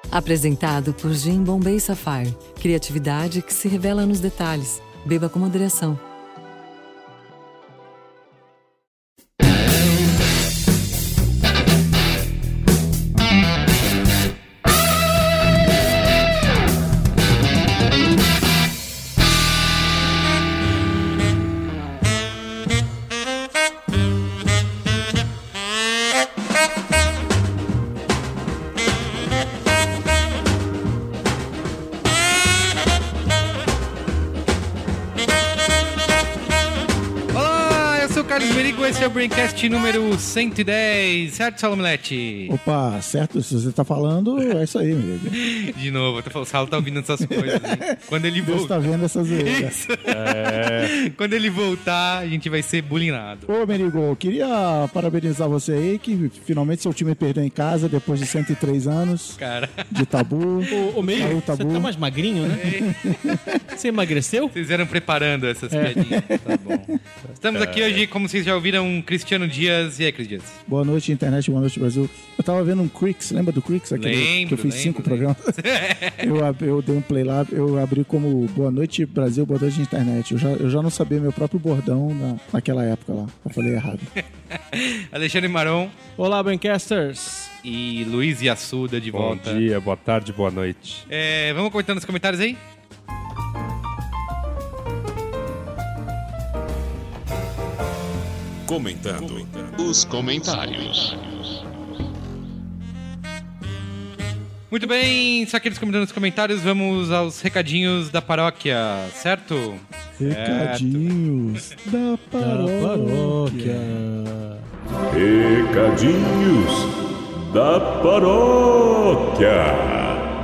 Apresentado por Gin Bombay Sapphire. Criatividade que se revela nos detalhes. Beba com moderação. Esse é o Braincast número 110, certo, Salomilete? Opa, certo, se você tá falando, é isso aí, amigo. De novo, o Salo tá ouvindo essas coisas, hein? Quando ele voltar... Você tá vendo essas zoeira. Quando ele voltar, a gente vai ser bulinado. Ô, Merigo, eu queria parabenizar você aí, que finalmente seu time perdeu em casa depois de 103 anos. Cara. De tabu. Ô, Merigo, você tá mais magrinho, né? Você emagreceu? Vocês eram preparando essas piadinhas. Tá bom. Estamos aqui hoje, como vocês já ouviram, Cristiano Dias. E aí, Cris Dias? Boa noite, internet, boa noite, Brasil. Eu tava vendo um Crix, lembra do Crix? Lembro, que eu fiz 5 programas. Eu dei um play lá, eu abri como Boa Noite, Brasil, boa noite, internet. Eu já não sabia meu próprio bordão naquela época lá. Eu falei errado. Alexandre Maron. Olá, Braincasters. E Luiz Yassuda de volta. Bom dia, boa tarde, boa noite. Vamos comentando nos comentários aí? Comentando os comentários. Muito bem, só aqueles comentando nos comentários, vamos aos recadinhos da paróquia, certo? Recadinhos da paróquia. Recadinhos da paróquia.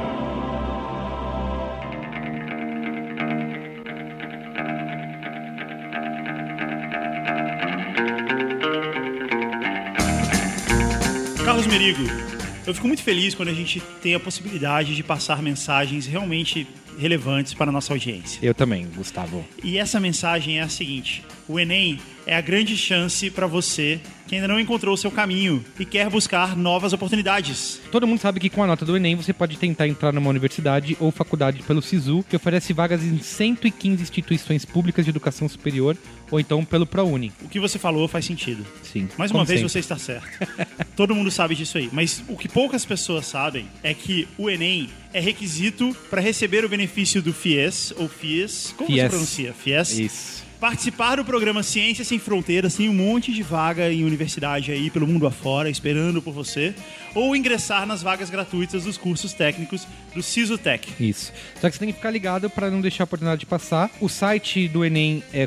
Carlos Merigo, eu fico muito feliz quando a gente tem a possibilidade de passar mensagens realmente relevantes para a nossa audiência. Eu também, Gustavo. E essa mensagem é a seguinte: o Enem é a grande chance para você que ainda não encontrou o seu caminho e quer buscar novas oportunidades. Todo mundo sabe que com a nota do Enem você pode tentar entrar numa universidade ou faculdade pelo SISU, que oferece vagas em 115 instituições públicas de educação superior, ou então pelo ProUni. O que você falou faz sentido. Sim. Mais uma vez você está certo. Todo mundo sabe disso aí. Mas o que poucas pessoas sabem é que o Enem é requisito para receber o benefício do FIES, ou FIES. Como você pronuncia? FIES? Isso. Participar do programa Ciências Sem Fronteiras, tem um monte de vaga em universidade aí pelo mundo afora, esperando por você. Ou ingressar nas vagas gratuitas dos cursos técnicos do Sisutec. Isso. Só que você tem que ficar ligado para não deixar a oportunidade de passar. O site do Enem é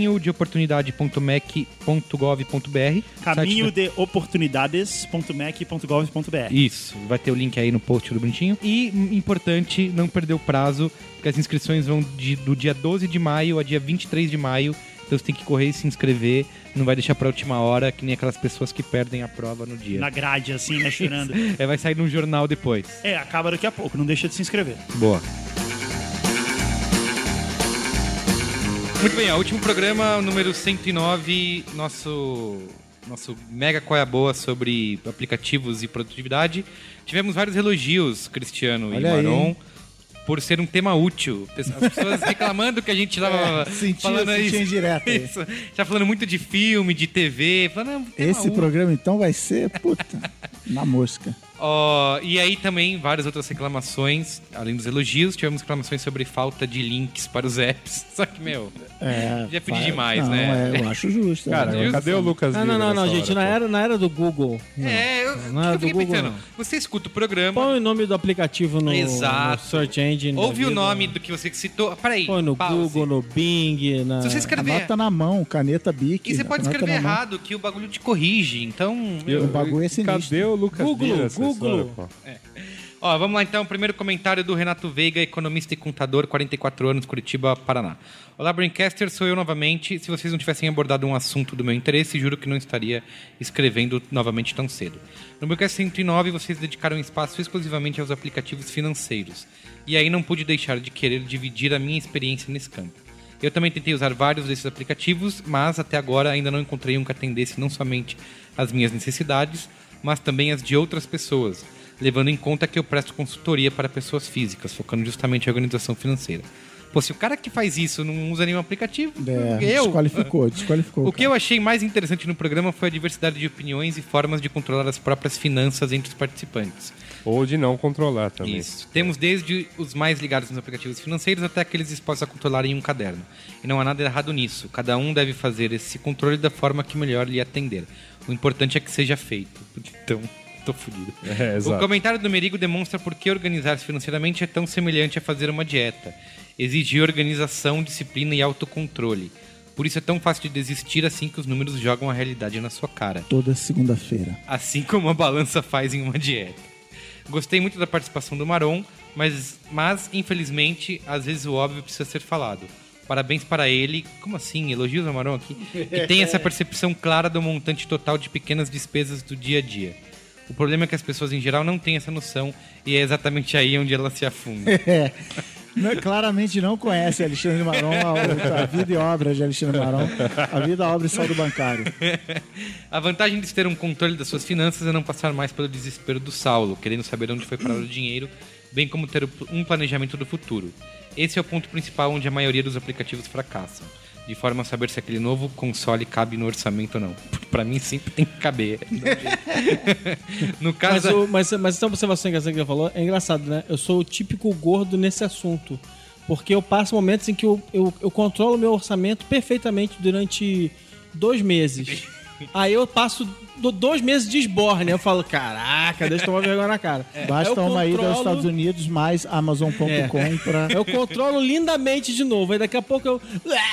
caminhodeoportunidade.mec.gov.br. caminhodeoportunidades.mec.gov.br. Isso. Vai ter o link aí no post do Bonitinho. E, importante, não perder o prazo, porque as inscrições vão do dia 12 de maio a dia 23 de maio. Então você tem que correr e se inscrever. Não vai deixar pra última hora, que nem aquelas pessoas que perdem a prova no dia. Na grade, assim, né? Chorando. Vai sair num jornal depois. Acaba daqui a pouco. Não deixa de se inscrever. Boa. Muito bem, ó, último programa, número 109, nosso mega qual é a boa sobre aplicativos e produtividade. Tivemos vários elogios, Cristiano e Maron. Por ser um tema útil. As pessoas reclamando que a gente tava falando isso. Direto. Isso. Já falando muito de filme, de TV. Falando, esse programa, então, vai ser, na mosca. E aí também várias outras reclamações, além dos elogios, tivemos reclamações sobre falta de links para os apps. Só que, já pedi demais, né? Eu acho justo. Cara, cadê o Lucas Lira? Não, gente, na era do Google. Eu fiquei pensando, você escuta o programa... Põe o nome do aplicativo no Search Engine. Ouve o nome do que você citou. Peraí, põe no Google, no Bing. Se você escrever... Anota na mão, caneta Bic. E você pode escrever errado, que o bagulho te corrige. Então... O bagulho é sinistro. Cadê o Lucas Lira? Google. Vamos lá então, primeiro comentário do Renato Veiga, economista e contador, 44 anos, Curitiba, Paraná. Olá, Braincaster, sou eu novamente. Se vocês não tivessem abordado um assunto do meu interesse, juro que não estaria escrevendo novamente tão cedo. No Braincast 109, vocês dedicaram espaço exclusivamente aos aplicativos financeiros. E aí não pude deixar de querer dividir a minha experiência nesse campo. Eu também tentei usar vários desses aplicativos, mas até agora ainda não encontrei um que atendesse não somente às minhas necessidades, mas também as de outras pessoas. levando em conta que eu presto consultoria para pessoas físicas, focando justamente em organização financeira. Pô, se o cara que faz isso não usa nenhum aplicativo, desqualificou. O que eu achei mais interessante no programa foi a diversidade de opiniões e formas de controlar as próprias finanças entre os participantes. Ou de não controlar também. Isso. Temos desde os mais ligados nos aplicativos financeiros até aqueles dispostos a controlar em um caderno. E não há nada errado nisso. Cada um deve fazer esse controle da forma que melhor lhe atender. O importante é que seja feito. Então, tô fodido. O comentário do Merigo demonstra por que organizar-se financeiramente é tão semelhante a fazer uma dieta. Exige organização, disciplina e autocontrole. Por isso é tão fácil de desistir assim que os números jogam a realidade na sua cara. Toda segunda-feira. Assim como a balança faz em uma dieta. Gostei muito da participação do Maron, mas infelizmente, às vezes o óbvio precisa ser falado. Parabéns para ele. Como assim? Elogios ao Maron aqui? E tem essa percepção clara do montante total de pequenas despesas do dia a dia. O problema é que as pessoas em geral não têm essa noção e é exatamente aí onde ela se afunda. Claramente não conhece Alexandre Maron, a vida e obra de Alexandre Maron, a vida, a obra e saldo bancário. A vantagem de ter um controle das suas finanças é não passar mais pelo desespero do Saulo, querendo saber onde foi parar o dinheiro, bem como ter um planejamento do futuro. Esse é o ponto principal onde a maioria dos aplicativos fracassam, de forma a saber se aquele novo console cabe no orçamento ou não. Porque pra mim sempre tem que caber. No caso... Mas essa observação que você falou é engraçado, né? Eu sou o típico gordo nesse assunto. Porque eu passo momentos em que eu controlo o meu orçamento perfeitamente durante 2 meses. Aí eu passo 2 meses de esborne. Eu falo, caraca, deixa eu tomar vergonha na cara. Basta uma ida aos Estados Unidos mais Amazon.com pra... Eu controlo lindamente de novo. Aí daqui a pouco eu...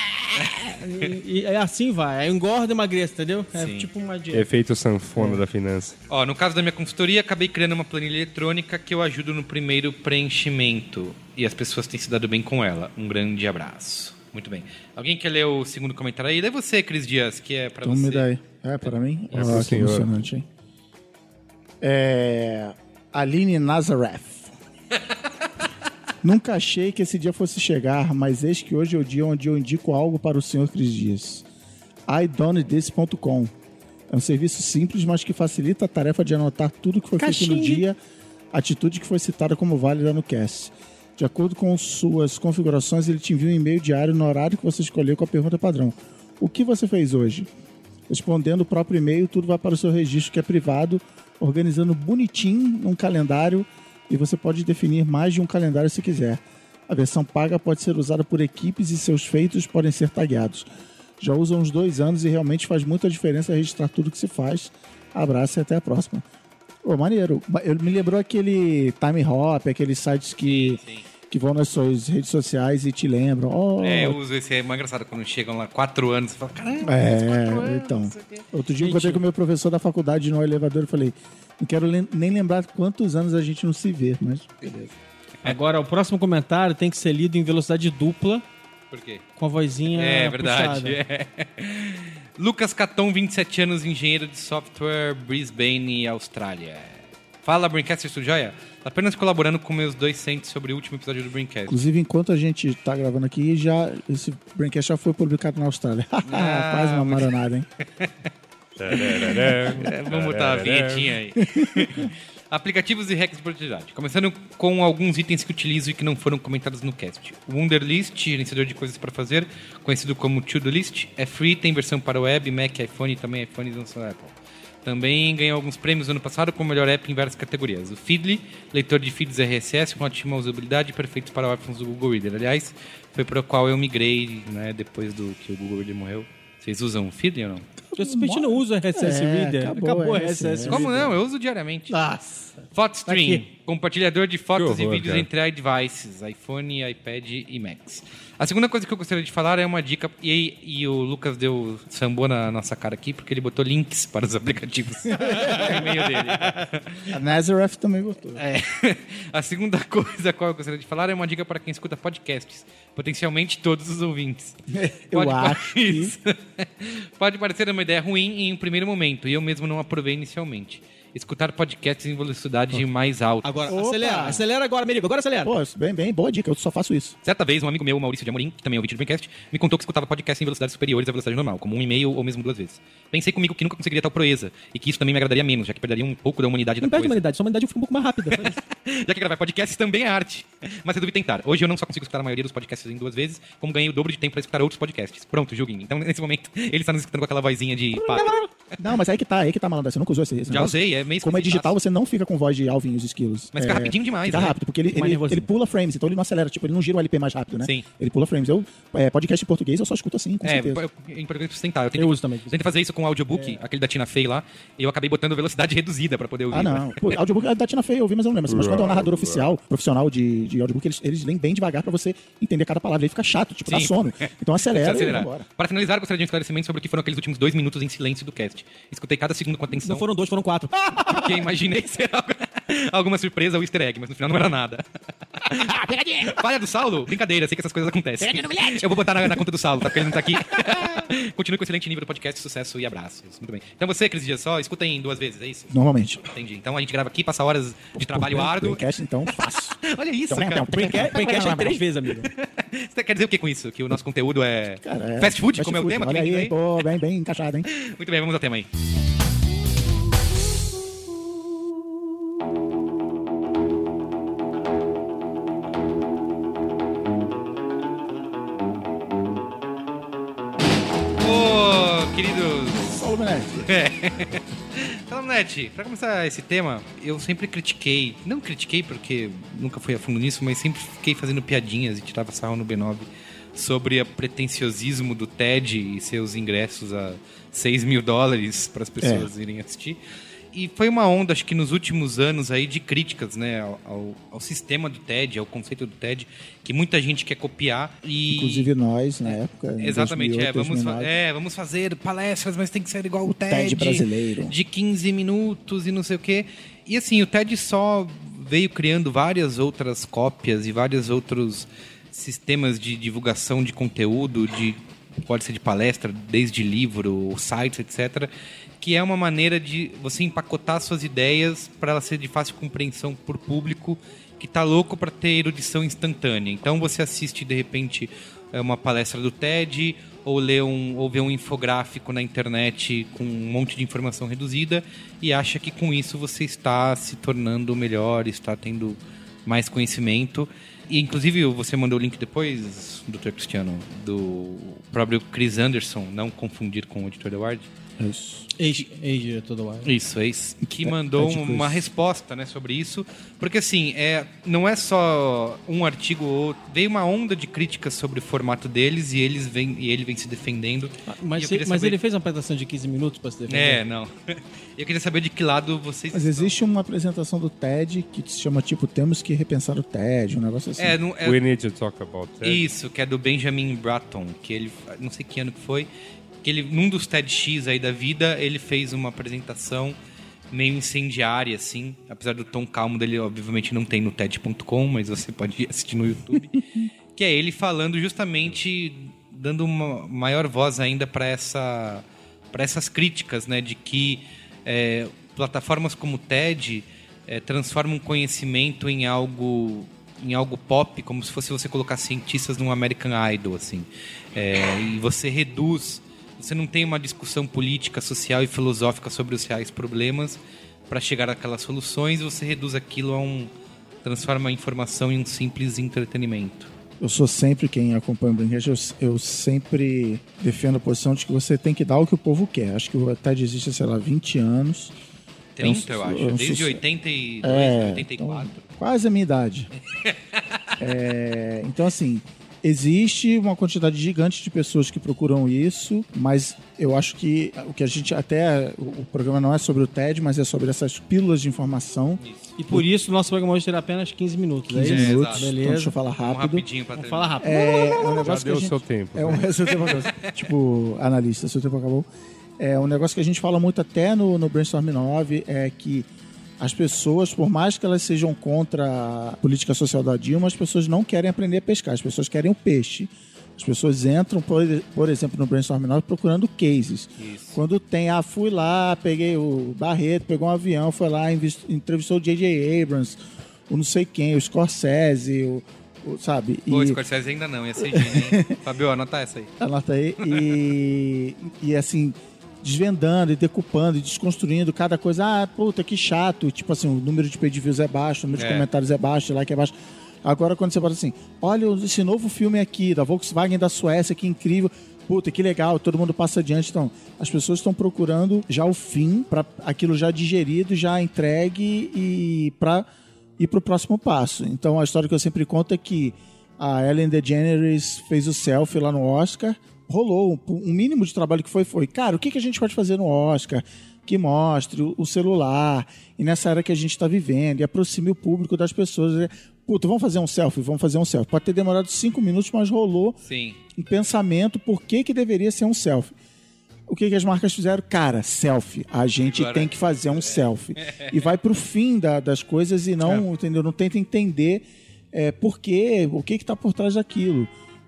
E assim vai. Aí eu engordo e emagreço, entendeu? É tipo uma dieta. Efeito sanfona da finança. Ó, no caso da minha consultoria, acabei criando uma planilha eletrônica que eu ajudo no primeiro preenchimento. E as pessoas têm se dado bem com ela. Um grande abraço. Muito bem. Alguém quer ler o segundo comentário aí? Lê você, Cris Dias, que é pra então você. Me dá aí. É para mim? É pro que senhor. emocionante, hein? Aline Nazareth. Nunca achei que esse dia fosse chegar, mas eis que hoje é o dia onde eu indico algo para o senhor Cris Dias. iDoneThis.com. É um serviço simples, mas que facilita a tarefa de anotar tudo que foi feito no dia, atitude que foi citada como válida no cast. De acordo com suas configurações, ele te envia um e-mail diário no horário que você escolheu com a pergunta padrão. O que você fez hoje? Respondendo o próprio e-mail, tudo vai para o seu registro, que é privado, organizando bonitinho num calendário, e você pode definir mais de um calendário se quiser. A versão paga pode ser usada por equipes e seus feitos podem ser tagueados. Já usa uns 2 anos e realmente faz muita diferença registrar tudo que se faz. Abraço e até a próxima. Ô, maneiro. Me lembrou aquele Time Hop, aqueles sites que vão nas suas redes sociais e te lembram. Eu uso esse, é mais engraçado quando chegam lá 4 anos, você fala, caramba, 4 anos, então. Outro dia eu encontrei com o meu professor da faculdade no elevador e falei, não quero nem lembrar quantos anos a gente não se vê, mas beleza. Agora, o próximo comentário tem que ser lido em velocidade dupla. Por quê? Com a vozinha É verdade. puxada. Lucas Caton, 27 anos, engenheiro de software, Brisbane, Austrália. Fala, Braincasters, tudo jóia? Apenas colaborando com meus 2 cents sobre o último episódio do Braincast. Inclusive, enquanto a gente tá gravando aqui, esse Braincast já foi publicado na Austrália. Quase uma maronada, hein? Vamos botar a vinhetinha aí. Aplicativos e hacks de produtividade. Começando com alguns itens que utilizo e que não foram comentados no cast. O Wunderlist, gerenciador de coisas para fazer, conhecido como To-Do List, é free, tem versão para web, Mac, iPhone e também iPhones da Apple. Também ganhou alguns prêmios no ano passado como melhor app em várias categorias. O Feedly, leitor de feeds RSS com ótima usabilidade, perfeito para órfãos do Google Reader. Aliás, foi para o qual eu migrei, né, depois do que o Google Reader morreu. Vocês usam o Feedly ou não? Eu simplesmente não uso RSS Reader. Acabou o RSS Como não? Eu uso diariamente. Nossa. PhotoStream, Aqui. compartilhador de fotos Que horror, e vídeos cara. entre iDevices, iPhone, iPad e Macs. A segunda coisa que eu gostaria de falar é uma dica, e o Lucas sambou na nossa cara aqui, porque ele botou links para os aplicativos no e-mail dele. A Nazareth também gostou. A segunda coisa a qual eu gostaria de falar é uma dica para quem escuta podcasts, potencialmente todos os ouvintes. Eu acho que... Pode parecer uma ideia ruim em um primeiro momento, e eu mesmo não aprovei inicialmente. escutar podcasts em velocidade mais alta. Agora, Opa! acelera agora, Merigo, agora acelera. Pô, bem, boa dica, eu só faço isso. Certa vez, um amigo meu, Maurício de Amorim, que também é ouvinte do Braincast, me contou que escutava podcasts em velocidades superiores à velocidade normal, como 1,5 ou mesmo 2 vezes. Pensei comigo que nunca conseguiria tal proeza, e que isso também me agradaria menos, já que perderia um pouco da humanidade Não da perde a coisa. humanidade, sua humanidade fica um pouco mais rápida. Já que gravar podcasts também é arte. Mas resolvi tentar. Hoje eu não só consigo escutar a maioria dos podcasts em 2 vezes, como ganhei o dobro de tempo para escutar outros podcasts. Pronto, julguem. Então, nesse momento, ele está nos escutando com aquela vozinha de pato. Não, mas aí que tá, malandro. Você nunca usou esse Já negócio? usei, é meio Como é esquisitaço. digital, você não fica com voz de Alvin e os esquilos. Mas fica rapidinho demais, Fica né? rápido, porque ele pula frames, então ele não acelera, tipo, ele não gira o LP mais rápido, né? Sim. Ele pula frames. Podcast em português eu só escuto assim, com certeza. Em português preciso tentar. Eu uso também. Tentei fazer isso com o audiobook, aquele da Tina Fey lá, e eu acabei botando velocidade reduzida pra poder ouvir. Ah, não. Pô, audiobook da Tina Fey eu ouvi, mas eu não lembro. Mas quando é um narrador oficial, profissional de audiobook, eles leem bem devagar pra você entender cada palavra. Aí fica chato, tipo, dá Sim. sono. Então acelera e Acelerar. vambora. Para finalizar, gostaria de um esclarecimento sobre o que foram aqueles últimos 2 minutos em silêncio do cast. Escutei cada segundo com atenção, Não foram 2, foram 4. porque imaginei ser alguma surpresa ou easter egg, mas no final não era nada. Falha do Saulo? Brincadeira, sei que essas coisas acontecem. Eu vou botar na conta do Saulo, tá? Porque ele não tá aqui. Continue com o excelente nível do podcast, sucesso e abraços. Muito bem. Então você, Cris Dias, só escuta em 2 vezes, é isso? Normalmente. Entendi. Então a gente grava aqui, passa horas de trabalho árduo. Podcast, então, fácil. Olha isso, Então, cara. Braincast é 3 vezes, amigo. Você quer dizer o que com isso? Que o nosso conteúdo é Cara, fast food, como é o tema? Olha que vem aí, pô, bem encaixado, hein? Muito bem, vamos ao tema aí. Ô, queridos... Saulo Menezes. Salomete, pra começar esse tema, eu sempre critiquei, não critiquei porque nunca fui a fundo nisso, mas sempre fiquei fazendo piadinhas e tirava sarro no B9 sobre o pretenciosismo do TED e seus ingressos a $6 mil para as pessoas irem assistir. E foi uma onda, acho que nos últimos anos aí, de críticas, né, ao sistema do TED, ao conceito do TED, que muita gente quer copiar. E... Inclusive nós, na época. em Exatamente, 2008, vamos fazer palestras, mas tem que ser igual o TED. TED brasileiro. De 15 minutos e não sei o quê. E assim, o TED só veio criando várias outras cópias e vários outros sistemas de divulgação de conteúdo, pode ser de palestra, desde livro, sites, etc., que é uma maneira de você empacotar suas ideias para elas serem de fácil compreensão por público que está louco para ter erudição instantânea. Então você assiste, de repente, uma palestra do TED ou vê um infográfico na internet com um monte de informação reduzida e acha que com isso você está se tornando melhor, está tendo mais conhecimento. E, inclusive, você mandou o link depois, Dr. Cristiano, do próprio Chris Anderson, não confundir com o editor da Wired. Isso. Ex-diretor do Wired. Isso, que mandou uma resposta, né, sobre isso. Porque, assim, não é só um artigo ou outro. Veio uma onda de críticas sobre o formato deles e ele vem se defendendo. Mas ele fez uma apresentação de 15 minutos para se defender? Não. Eu queria saber de que lado vocês Mas existe uma apresentação do TED que se chama, tipo, temos que repensar o TED, um negócio assim. We need to talk about that. Isso, que é do Benjamin Bratton, que ele, não sei que ano que foi, que ele, num dos TEDx aí da vida, ele fez uma apresentação meio incendiária, assim, apesar do tom calmo dele, obviamente não tem no TED.com, mas você pode assistir no YouTube, que é ele falando justamente, dando uma maior voz ainda para essas críticas, né, de que plataformas como o TED transformam conhecimento em algo pop, como se fosse você colocar cientistas num American Idol, assim. E você reduz, você não tem uma discussão política, social e filosófica sobre os reais problemas para chegar àquelas soluções, você reduz aquilo transforma a informação em um simples entretenimento. Eu sou sempre, quem acompanha o Braincast, eu sempre defendo a posição de que você tem que dar o que o povo quer. Acho que o TED existe, sei lá, 20 anos. 30, eu acho. Desde 82, 84. Então, quase a minha idade. Então, assim, existe uma quantidade gigante de pessoas que procuram isso, mas eu acho que o que a gente o programa não é sobre o TED, mas é sobre essas pílulas de informação. Isso. E por isso o nosso programa hoje terá apenas 15 minutos. 15 minutos. exato. Então, Beleza. deixa eu falar rápido. Rapidinho pra Vamos terminar. falar rápido. É um Já negócio deu que o seu tempo. seu tempo acabou. Tipo, analista, seu tempo acabou. É um negócio que a gente fala muito até no Brainstorm 9, é que as pessoas, por mais que elas sejam contra a política social da Dilma, as pessoas não querem aprender a pescar, as pessoas querem o peixe. As As pessoas entram, por exemplo, no Brainstorm Noise procurando cases. Isso. Quando tem, fui lá, peguei o Barreto, pegou um avião, foi lá, entrevistou o J.J. Abrams, o não sei quem, o Scorsese, sabe? Pô, Scorsese ainda não, ia ser gênio, hein? Fabio, anota essa aí. Anota aí. E assim, desvendando e decupando e desconstruindo cada coisa. Puta, que chato. Tipo assim, o número de page views é baixo, o número de comentários é baixo, o like é baixo. Agora, quando você fala assim, olha esse novo filme aqui, da Volkswagen da Suécia, que incrível. Puta, que legal, todo mundo passa adiante. Então, as pessoas estão procurando já o fim, para aquilo já digerido, já entregue e para ir pro próximo passo. Então, a história que eu sempre conto é que a Ellen DeGeneres fez o selfie lá no Oscar, rolou um mínimo de trabalho que foi, cara, o que a gente pode fazer no Oscar que mostre o celular, e nessa era que a gente está vivendo, e aproxime o público das pessoas. Puta, vamos fazer um selfie. Pode ter demorado 5 minutos, mas rolou um pensamento por que deveria ser um selfie. O que as marcas fizeram? Cara, selfie. A gente tem que fazer um selfie. E vai pro fim das coisas e não, entendeu? Não tenta entender por quê, o que está por trás daquilo.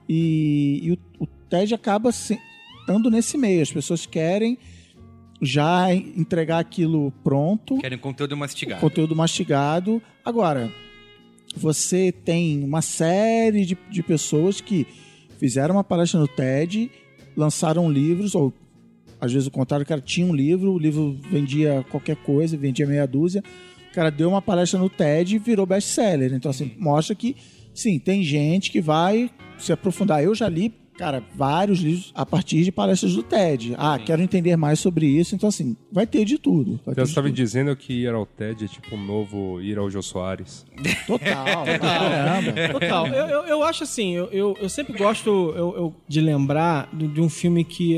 E o TED acaba estando nesse meio. As pessoas querem já entregar aquilo pronto. Querem conteúdo mastigado. Agora, você tem uma série de pessoas que fizeram uma palestra no TED, lançaram livros, ou às vezes o contrário, o cara tinha um livro, o livro vendia qualquer coisa, vendia meia dúzia, o cara deu uma palestra no TED e virou best-seller. Então, assim, mostra que, sim, tem gente que vai se aprofundar. Eu já li, cara, vários livros a partir de palestras do TED. Quero entender mais sobre isso. Então, assim, vai ter de tudo. Então, você estava dizendo que ir ao TED é tipo um novo ir ao Jô Soares. Total. Caramba. Total. Eu acho assim, eu sempre gosto de lembrar de um filme que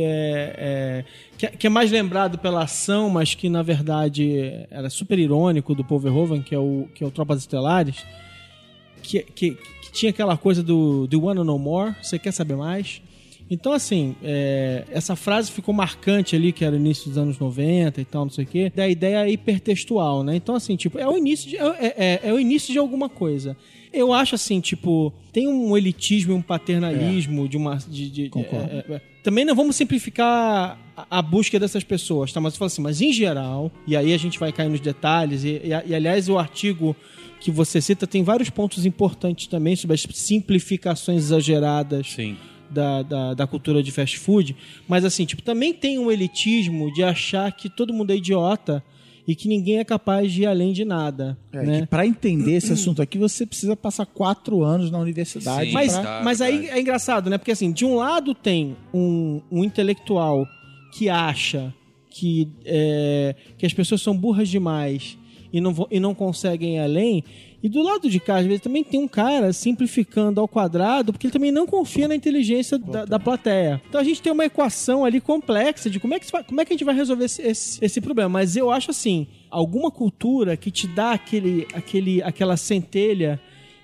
é mais lembrado pela ação, mas que, na verdade, era super irônico, do Paul Verhoeven, que é o Tropas Estelares, que tinha aquela coisa do You Wanna Know More? Você quer saber mais? Então, assim, essa frase ficou marcante ali, que era o início dos anos 90 e tal, não sei o quê, da ideia hipertextual, né? Então, assim, tipo, é o início de alguma coisa. Eu acho, assim, tipo, tem um elitismo e um paternalismo Concordo. Também não vamos simplificar a busca dessas pessoas, tá? Mas eu falo assim, mas em geral, e aí a gente vai cair nos detalhes, e aliás, o artigo que você cita tem vários pontos importantes também sobre as simplificações exageradas. Sim. Da cultura de fast food, mas assim, tipo, também tem um elitismo de achar que todo mundo é idiota e que ninguém é capaz de ir além de nada. Né? Que para entender esse assunto aqui, você precisa passar 4 anos na universidade. Sim, mas aí é engraçado, né? Porque assim, de um lado tem um intelectual que acha que as pessoas são burras demais e não conseguem ir além. E do lado de cá, às vezes, também tem um cara simplificando ao quadrado, porque ele também não confia na inteligência da plateia. Então a gente tem uma equação ali complexa de como é que a gente vai resolver esse problema. Mas eu acho assim, alguma cultura que te dá aquela centelha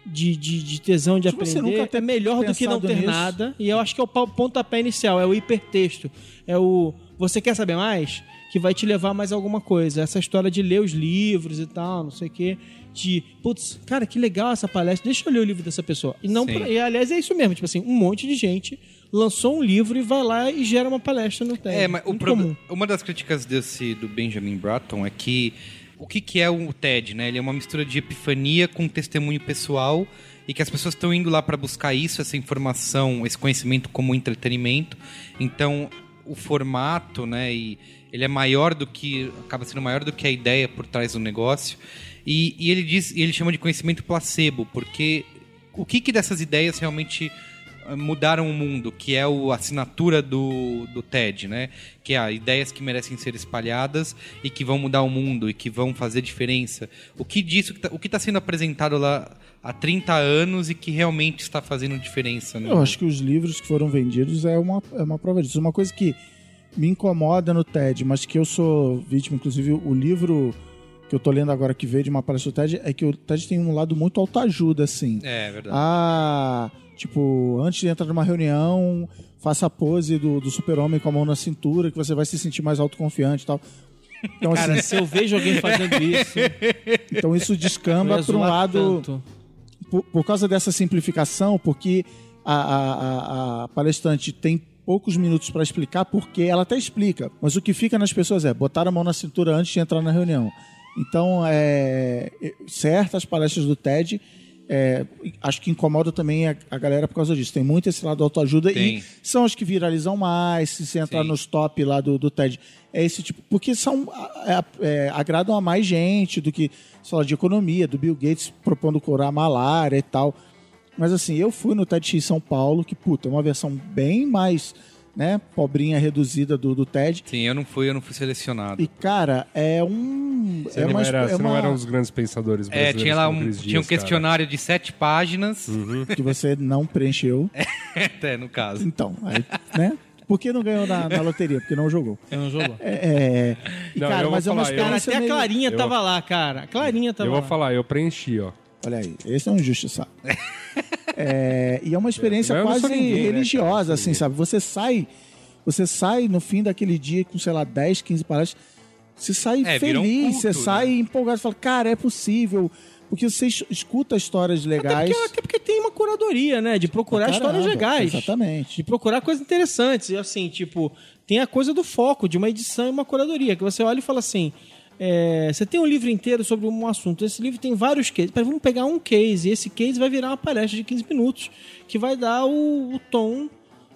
de tesão de aprender é melhor do que não ter nada. E eu acho que é o pontapé inicial, é o hipertexto. É o você quer saber mais? Que vai te levar a mais alguma coisa. Essa história de ler os livros e tal, não sei o quê. De, putz, cara, que legal essa palestra, deixa eu ler o livro dessa pessoa. E aliás, é isso mesmo, tipo assim, um monte de gente lançou um livro e vai lá e gera uma palestra no TED. Mas uma das críticas do Benjamin Bratton é que o que é o TED, né? Ele é uma mistura de epifania com testemunho pessoal e que as pessoas estão indo lá para buscar isso, essa informação, esse conhecimento como entretenimento. Então, o formato, né, e ele acaba sendo maior do que a ideia por trás do negócio. E ele chama de conhecimento placebo, porque o que dessas ideias realmente mudaram o mundo, que é a assinatura do TED, né? Que é ideias que merecem ser espalhadas e que vão mudar o mundo e que vão fazer diferença. O que está sendo apresentado lá há 30 anos e que realmente está fazendo diferença? Eu acho que os livros que foram vendidos é uma prova disso. Uma coisa que me incomoda no TED, mas que eu sou vítima, inclusive o livro que eu tô lendo agora que veio de uma palestra do TED, é que o TED tem um lado muito autoajuda, assim. É verdade. Tipo, antes de entrar numa reunião, faça a pose do super-homem com a mão na cintura, que você vai se sentir mais autoconfiante e tal. Então, cara, se eu vejo alguém fazendo isso... Então isso descamba para um lado... Por causa dessa simplificação, porque a palestrante tem poucos minutos para explicar, porque ela até explica, mas o que fica nas pessoas é botar a mão na cintura antes de entrar na reunião. Então, certas palestras do TED, acho que incomoda também a galera por causa disso. Tem muito esse lado da autoajuda e são as que viralizam mais, se entrar nos top lá do TED. É esse tipo, porque agradam a mais gente do que falar de economia, do Bill Gates propondo curar a malária e tal. Mas assim, eu fui no TEDx São Paulo, que é uma versão bem mais, né, pobrinha, reduzida do TED. Sim, eu não fui selecionado. E, cara, Você não era um dos grandes pensadores brasileiros. Tinha lá tinha um questionário de 7 páginas. Que você não preencheu. No caso. Então, aí, né? Por que não ganhou na loteria? Porque não jogou. Você não jogou? Cara, mas é uma experiência até meio... a Clarinha tava lá, cara. A Clarinha tava lá. Eu vou falar, eu preenchi, ó. Olha aí, esse é um injustiçado. E é uma experiência Eu não quase sou ninguém, religiosa, né, assim, sabe? Você sai no fim daquele dia com, sei lá, 10, 15 palestras, você sai feliz, culto, você sai né? empolgado, você fala, cara, é possível. Porque você escuta histórias legais. Até porque tem uma curadoria, né? De procurar histórias legais. Exatamente. De procurar coisas interessantes. E assim, tipo, tem a coisa do foco, de uma edição e uma curadoria. Que você olha e fala assim... você tem um livro inteiro sobre um assunto. Esse livro tem vários cases. Vamos pegar um case. E esse case vai virar uma palestra de 15 minutos. Que vai dar o tom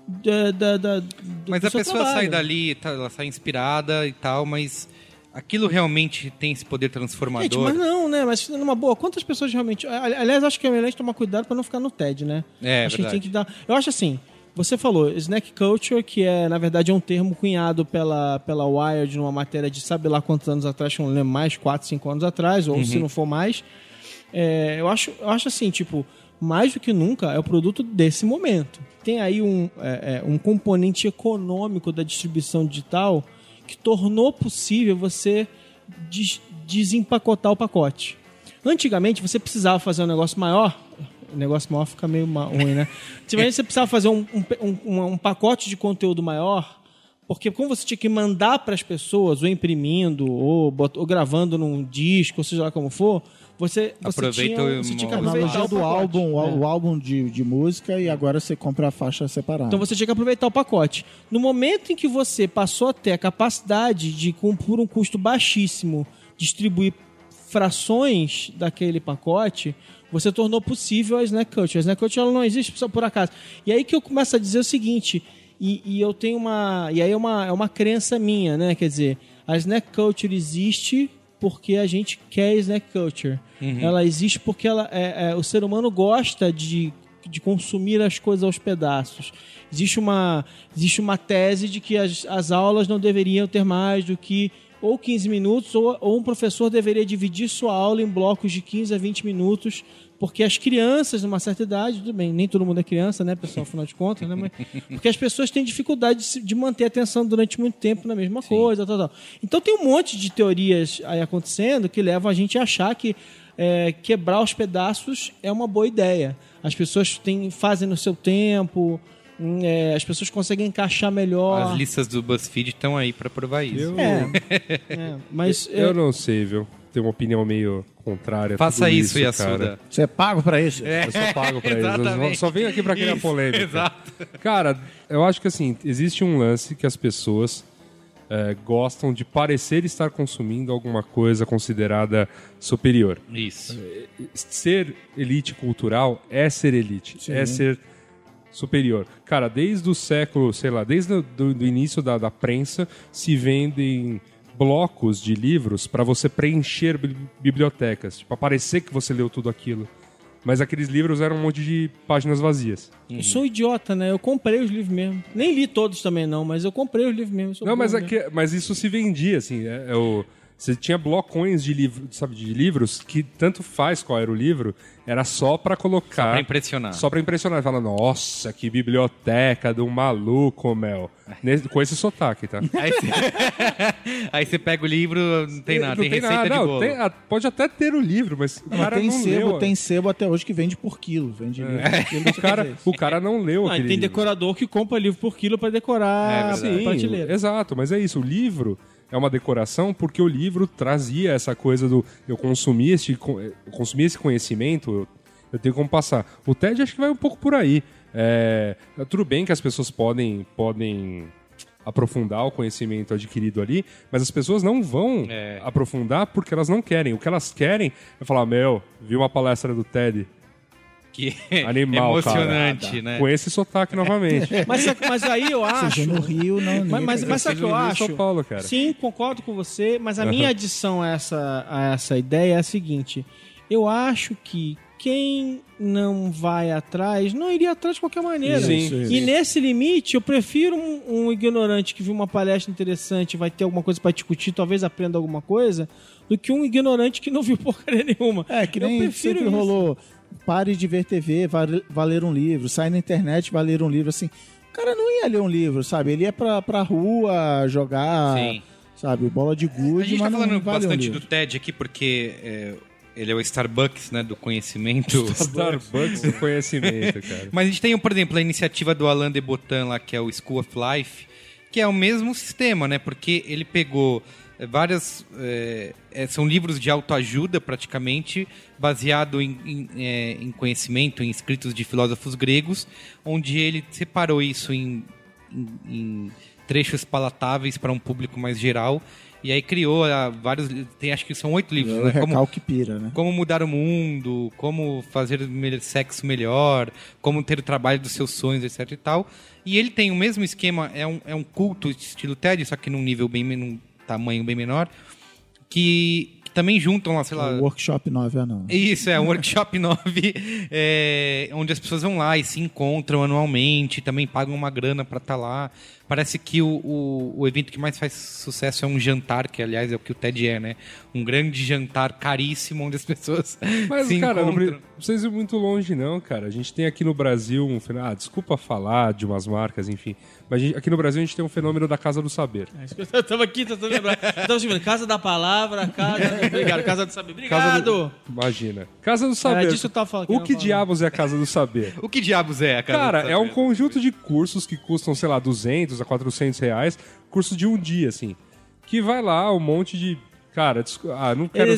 Mas do a seu pessoa trabalho. sai dali, ela sai inspirada e tal, mas... Aquilo realmente tem esse poder transformador? Gente, mas não, né? Mas numa boa, quantas pessoas realmente... Aliás, acho que é melhor a gente tomar cuidado para não ficar no TED, né? É acho que a gente tem verdade. que dar... Eu acho assim, você falou snack culture, que na verdade é um termo cunhado pela Wired numa matéria de sabe lá quantos anos atrás, não lembro mais, 4, 5 anos atrás, ou se não for mais. Eu acho assim, tipo, mais do que nunca é o produto desse momento. Tem aí um componente econômico da distribuição digital que tornou possível você desempacotar o pacote. Antigamente, você precisava fazer um negócio maior. O negócio maior fica meio ruim, né? Antigamente, você precisava fazer um pacote de conteúdo maior, porque como você tinha que mandar para as pessoas, ou imprimindo, ou gravando num disco, ou seja lá como for, você tinha que A aproveitar analogia o do pacote. álbum, o álbum de música, e agora você compra a faixa separada. Então você tinha que aproveitar o pacote. No momento em que você passou a ter a capacidade de, por um custo baixíssimo, distribuir frações daquele pacote, você tornou possível a Snack Culture. A Snack Culture ela não existe só por acaso. E aí que eu começo a dizer o seguinte, e eu tenho uma... E aí é uma crença minha, né? Quer dizer, a Snack Culture existe porque a gente quer Snack Culture. Ela existe porque o ser humano gosta de consumir as coisas aos pedaços. Existe uma tese de que as aulas não deveriam ter mais do que ou 15 minutos, ou um professor deveria dividir sua aula em blocos de 15 a 20 minutos, porque as crianças, numa certa idade, tudo bem, nem todo mundo é criança, né, pessoal, afinal de contas, né, mas, porque as pessoas têm dificuldade de manter a atenção durante muito tempo na mesma coisa, tal. Então tem um monte de teorias aí acontecendo que levam a gente a achar que quebrar os pedaços é uma boa ideia. As pessoas fazem no seu tempo, as pessoas conseguem encaixar melhor. As listas do BuzzFeed estão aí para provar isso. Mas eu não sei, viu? Tenho uma opinião meio contrária a Faça tudo isso, cara. Yasuda. Você é pago pra isso? Eu sou pago pra isso. Eu Exatamente. só venho aqui pra criar Isso, polêmica. exato. Cara, eu acho que assim, existe um lance que as pessoas gostam de parecer estar consumindo alguma coisa considerada superior. Isso. Ser elite cultural é ser elite, é ser superior. Cara, desde o século, sei lá, desde do início da prensa, se vendem blocos de livros para você preencher bibliotecas, para parecer que você leu tudo aquilo. Mas aqueles livros eram um monte de páginas vazias. Eu sou idiota, né? Eu comprei os livros mesmo. Nem li todos também, não, mas eu comprei os livros mesmo. Não, mas isso se vendia, assim. Você tinha blocões de livros que tanto faz qual era o livro, era só pra colocar... Só pra impressionar. Só pra impressionar. Fala, nossa, que biblioteca do maluco, Mel. Com esse sotaque, tá? Aí você pega o livro, não tem nada, tem receita nada. de bolo. Pode até ter o livro, mas o cara não leu. Tem sebo até hoje que vende por quilo. Vende livro por quilo. O cara não leu aquele tem livro. decorador que compra livro por quilo pra decorar a prateleira. Exato, mas é isso. O livro é uma decoração porque o livro trazia essa coisa do eu consumir esse conhecimento, eu tenho como passar. O TED acho que vai um pouco por aí. Tudo bem que as pessoas podem aprofundar o conhecimento adquirido ali, mas as pessoas não vão aprofundar porque elas não querem. O que elas querem é falar, vi uma palestra do TED. Que Animal, emocionante, cara. né? Com esse sotaque novamente. Mas aí eu acho... Seja no Rio, não. Mas sabe o que eu acho? São Paulo, cara. Sim, concordo com você, mas a minha adição a essa ideia é a seguinte. Eu acho que quem não vai atrás, não iria atrás de qualquer maneira. Sim. E nesse limite, eu prefiro um ignorante que viu uma palestra interessante, vai ter alguma coisa para discutir, talvez aprenda alguma coisa, do que um ignorante que não viu porcaria nenhuma. Que nem sempre rolou. Pare de ver TV, vai ler um livro. Sai na internet, vai ler um livro. Assim, o cara não ia ler um livro, sabe? Ele ia pra rua jogar, sabe? Bola de gude, a gente mas tá não falando vai ler um bastante livro. do TED aqui porque ele é o Starbucks, né, do conhecimento. Starbucks do conhecimento, cara. Mas a gente tem, por exemplo, a iniciativa do Alain de Botton lá, que é o School of Life, que é o mesmo sistema, né? Porque ele pegou são livros de autoajuda, praticamente, baseado em conhecimento, em escritos de filósofos gregos, onde ele separou isso em trechos palatáveis para um público mais geral. E aí criou vários... acho que são 8 livros, né? Recalque pira, né? Como mudar o mundo, como fazer sexo melhor, como ter o trabalho dos seus sonhos, etc e tal. E ele tem o mesmo esquema, é um culto estilo TED, só que num nível num tamanho bem menor, que também juntam lá, sei lá... O Workshop 9 não. Isso, um Workshop 9, onde as pessoas vão lá e se encontram anualmente, também pagam uma grana para estar lá. Parece que o evento que mais faz sucesso é um jantar, que aliás é o que o TED é, né? Um grande jantar caríssimo, onde as pessoas se cara, encontram. não precisa ir muito longe não, cara. A gente tem aqui no Brasil desculpa falar de umas marcas, enfim, mas aqui no Brasil a gente tem um fenômeno da Casa do Saber. Eu tava aqui tentando lembrar. Eu tava escrevendo Casa da Palavra, Obrigado, Casa do Saber. Obrigado! Imagina. Casa do Saber. Disso eu tava falando. O que diabos é a Casa do Saber? O que diabos é a Casa do Cara, Saber? é um conjunto de cursos que custam, sei lá, 200 a 400 reais, curso de um dia, assim, que vai lá um monte de... Cara, não quero...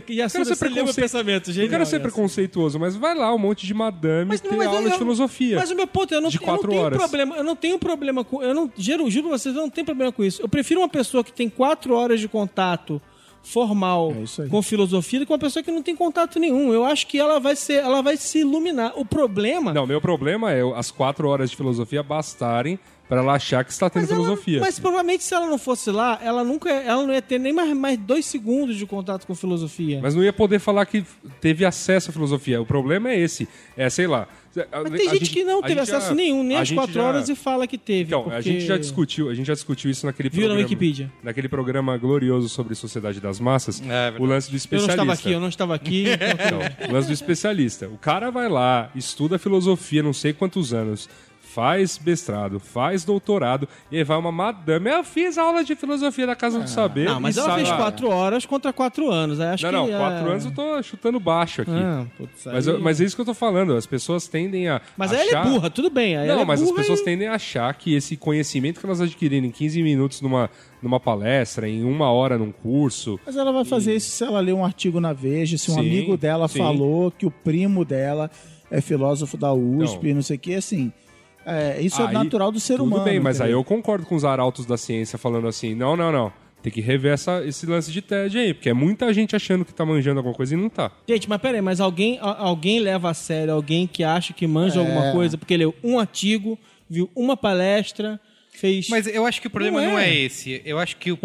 pensamento, não quero ser preconceituoso, mas vai lá um monte de madame ter aula de filosofia. Mas o meu ponto é, eu não tenho problema com... Juro vocês, eu não tenho problema com isso. Eu prefiro uma pessoa que tem 4 horas de contato formal com filosofia do que uma pessoa que não tem contato nenhum. Eu acho que ela vai se iluminar. O problema... Não, meu problema é as 4 horas de filosofia bastarem para ela achar que está tendo filosofia. Mas provavelmente se ela não fosse lá, ela não ia ter nem mais 2 segundos de contato com filosofia. Mas não ia poder falar que teve acesso à filosofia. O problema é esse. Sei lá... Mas tem gente que não teve acesso nenhum, nem às 4 horas e fala que teve. Então, a gente já discutiu isso naquele programa. Viu na Wikipedia. Naquele programa glorioso sobre Sociedade das Massas, o lance do especialista. Eu não estava aqui. Então, o lance do especialista. O cara vai lá, estuda filosofia não sei quantos anos, faz mestrado, faz doutorado, e aí vai uma madame. Eu fiz aula de filosofia da Casa do Saber. Não, mas ela fez 4 horas contra 4 anos. Aí acho que 4 anos eu tô chutando baixo aqui. Putz, mas é isso que eu tô falando. As pessoas tendem a Mas achar... aí ela é burra, tudo bem. Mas as pessoas tendem a achar que esse conhecimento que elas adquiriram em 15 minutos numa palestra, em 1 hora num curso... Mas ela vai fazer isso se ela ler um artigo na Veja, se um amigo dela falou que o primo dela é filósofo da USP, não sei o que, assim... isso é natural do ser humano. Tudo bem, mas entendeu? aí eu concordo com os arautos da ciência falando assim, não. Tem que rever esse lance de TED aí, porque é muita gente achando que tá manjando alguma coisa e não tá. Gente, mas peraí, mas alguém leva a sério alguém que acha que manja alguma coisa porque leu um artigo, viu uma palestra, fez... Mas eu acho que o problema não é esse. Eu acho que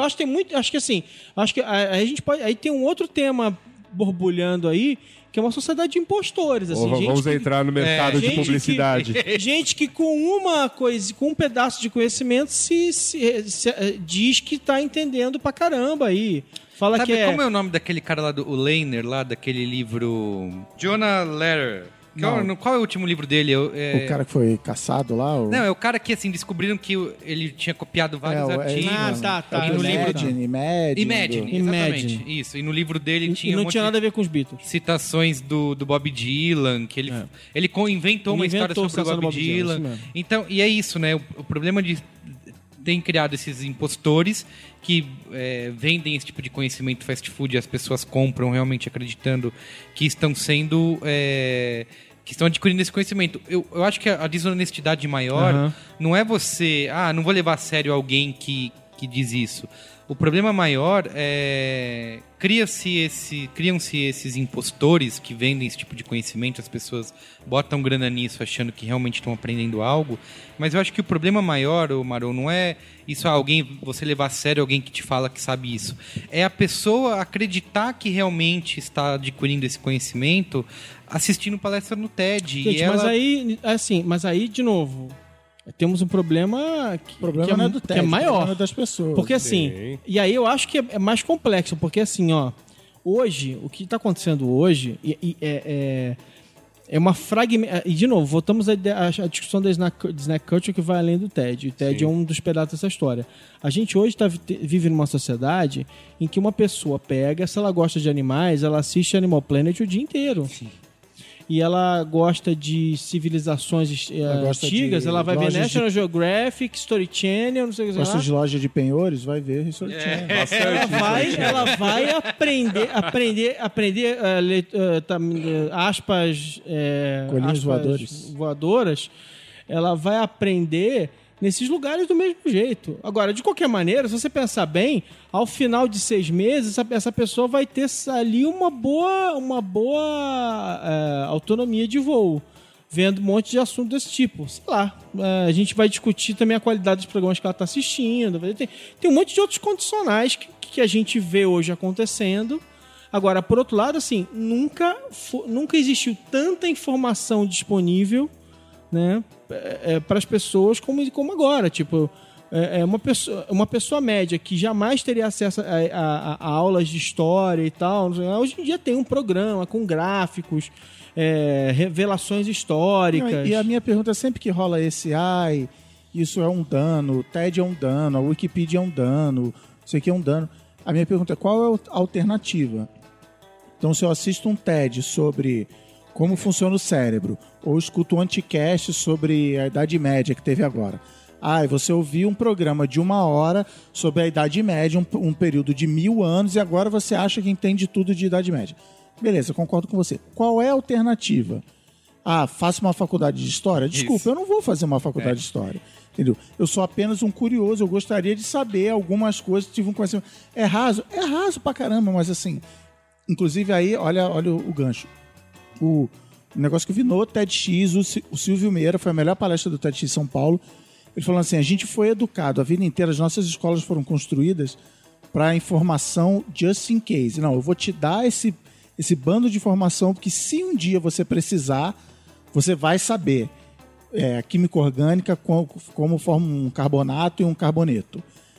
a gente pode... Aí tem um outro tema borbulhando aí, que é uma sociedade de impostores, assim. Vamos entrar no mercado de publicidade. Gente que com uma coisa, com um pedaço de conhecimento diz que tá entendendo pra caramba aí. Fala Sabe, que como é o nome daquele cara lá, o Lehner, lá daquele livro... Jonah Lehrer. Qual é o último livro dele? O cara que foi caçado lá? Não, é o cara que, assim, descobriram que ele tinha copiado vários artigos. Tá. E no Imagine, exatamente. Isso. E no livro dele tinha e não tinha nada a ver com os Beatles. Citações do Bob Dylan, que ele inventou uma história sobre o Bob Dylan. Então, e é isso, né? O problema de ter criado esses impostores que vendem esse tipo de conhecimento fast food e as pessoas compram realmente acreditando que estão sendo que estão adquirindo esse conhecimento. Eu acho que a desonestidade maior não é você... não vou levar a sério alguém que diz isso. O problema maior é... Criam-se esses impostores que vendem esse tipo de conhecimento, as pessoas botam grana nisso achando que realmente estão aprendendo algo, mas eu acho que o problema maior, Maron, não é isso, você levar a sério alguém que te fala que sabe isso. É a pessoa acreditar que realmente está adquirindo esse conhecimento assistindo palestra no TED. Gente, mas aí, de novo... Temos um problema que não é do TED, que é maior. O problema é das pessoas. Porque assim, e aí eu acho que é mais complexo, porque assim, hoje, o que está acontecendo hoje é uma fragmentação. E de novo, voltamos à discussão da snack culture que vai além do TED. O TED é um dos pedaços dessa história. A gente hoje vive numa sociedade em que uma pessoa pega, se ela gosta de animais, ela assiste Animal Planet o dia inteiro. Sim. E ela gosta de civilizações antigas, ela vai ver National Geographic, Story Channel, não sei o que. Gosta de loja de penhores, vai ver Story Channel. Ela vai aprender aspas voadoras. Ela vai aprender nesses lugares do mesmo jeito. Agora, de qualquer maneira, se você pensar bem, ao final de 6 meses, essa pessoa vai ter ali uma boa autonomia de voo, vendo um monte de assunto desse tipo. Sei lá, a gente vai discutir também a qualidade dos programas que ela está assistindo. Tem um monte de outros condicionais que a gente vê hoje acontecendo. Agora, por outro lado, assim, nunca existiu tanta informação disponível, né, para as pessoas como agora. Tipo, uma pessoa média que jamais teria acesso a aulas de história e tal, hoje em dia tem um programa com gráficos, revelações históricas. E a minha pergunta sempre que rola isso é um dano, o TED é um dano, a Wikipedia é um dano, isso aqui é um dano. A minha pergunta é: qual é a alternativa? Então, se eu assisto um TED sobre como funciona o cérebro, ou escuto um anticast sobre a Idade Média que teve agora. Você ouviu um programa de 1 hora sobre a Idade Média, um período de 1000 anos, e agora você acha que entende tudo de Idade Média. Beleza, concordo com você. Qual é a alternativa? Faço uma faculdade de História? Desculpa, eu não vou fazer uma faculdade de História. Entendeu? Eu sou apenas um curioso, eu gostaria de saber algumas coisas, tive um conhecimento. É raso pra caramba, mas assim... Inclusive aí, olha o gancho. O negócio que eu vi no TEDx, o Silvio Meira, foi a melhor palestra do TEDx São Paulo. Ele falou assim: a gente foi educado a vida inteira, as nossas escolas foram construídas para informação just in case. Não, eu vou te dar esse bando de informação, porque se um dia você precisar, você vai saber a química orgânica, como forma um carbonato e um carboneto.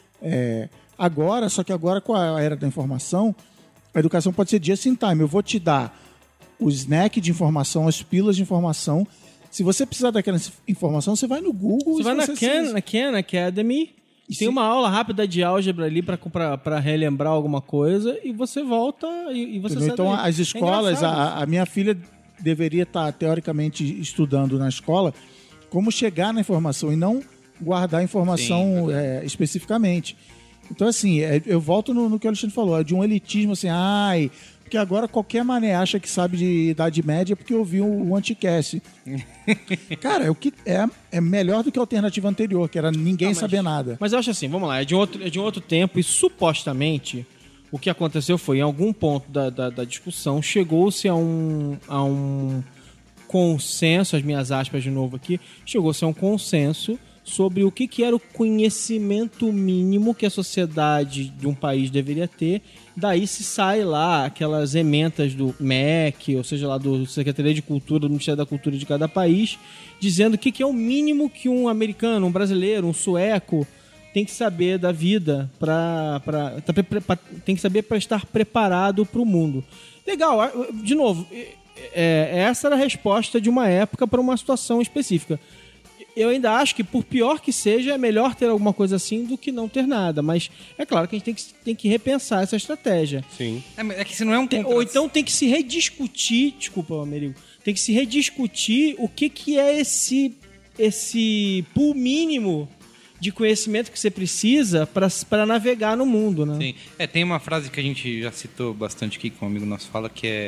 Só que agora com a era da informação, a educação pode ser just in time. Eu vou te dar o snack de informação, as pílulas de informação. Se você precisar daquela informação, você vai no Google. Você vai na Khan Academy, tem uma aula rápida de álgebra ali para relembrar alguma coisa, e você volta e você sabe. Então, as escolas, a minha filha deveria estar, teoricamente, estudando na escola como chegar na informação e não guardar a informação especificamente. Então, assim, eu volto no que o Alexandre falou, de um elitismo, assim, porque agora qualquer mané acha que sabe de Idade Média porque ouviu o anticast. Cara, é melhor do que a alternativa anterior, que era ninguém saber nada. Mas eu acho assim, vamos lá, é de um outro tempo, e supostamente o que aconteceu foi, em algum ponto da discussão, chegou-se a um consenso, as minhas aspas de novo aqui, chegou-se a um consenso sobre o que era o conhecimento mínimo que a sociedade de um país deveria ter. Daí se sai lá aquelas ementas do MEC, ou seja, lá do Secretaria de Cultura, do Ministério da Cultura de cada país, dizendo o que é o mínimo que um americano, um brasileiro, um sueco tem que saber da vida, tem que saber para estar preparado para o mundo. Legal, de novo, essa era a resposta de uma época para uma situação específica. Eu ainda acho que, por pior que seja, é melhor ter alguma coisa assim do que não ter nada. Mas é claro que a gente tem que repensar essa estratégia. Sim. É que se não é um Ou então tem que se rediscutir... Desculpa, Amerigo. Tem que se rediscutir o que é esse pool mínimo de conhecimento que você precisa para navegar no mundo, né? Sim. Tem uma frase que a gente já citou bastante aqui, que um amigo nosso fala, que é...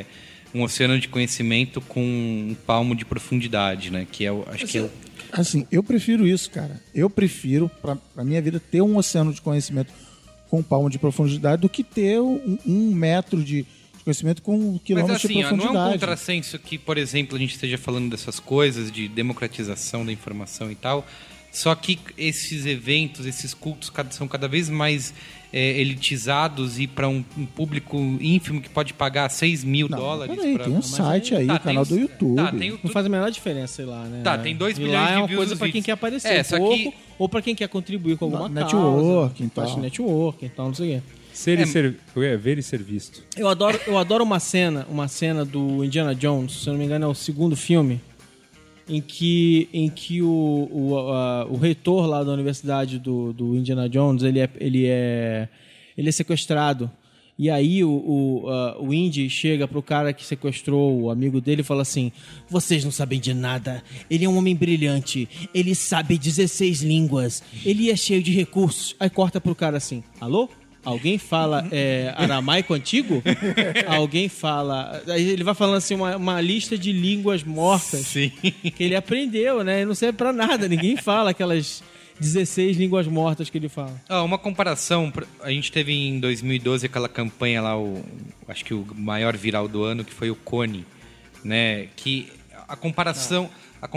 um oceano de conhecimento com um palmo de profundidade, né? Que é Assim, eu prefiro isso, cara. Eu prefiro, pra minha vida, ter um oceano de conhecimento com um palmo de profundidade do que ter um metro de conhecimento com quilômetros de profundidade. Não é um contrassenso que, por exemplo, a gente esteja falando dessas coisas, de democratização da informação e tal, só que esses eventos, esses cultos são cada vez mais elitizados e para um público ínfimo que pode pagar $6 mil. Peraí, tem um site aí, o canal do YouTube. Não faz a menor diferença, sei lá, né? Tem 2 milhões lá de é uma views coisa nos pra quem vídeos. quer aparecer pouco, ou pra quem quer contribuir com alguma causa. Network, então. Faz network, então não sei o quê. Ver e ser visto. Eu adoro uma cena do Indiana Jones, se eu não me engano é o segundo filme, em que o reitor lá da universidade do Indiana Jones, ele é sequestrado. E aí o Indy chega pro cara que sequestrou o amigo dele e fala assim: vocês não sabem de nada, ele é um homem brilhante, ele sabe 16 línguas, ele é cheio de recursos. Aí corta pro cara assim: alô? Alguém fala aramaico antigo? Alguém fala... Aí ele vai falando assim, uma lista de línguas mortas. Sim. Que ele aprendeu, né? Não serve pra nada. Ninguém fala aquelas 16 línguas mortas que ele fala. Uma comparação, a gente teve em 2012 aquela campanha lá, acho que o maior viral do ano, que foi o Cone, né? Que a comparação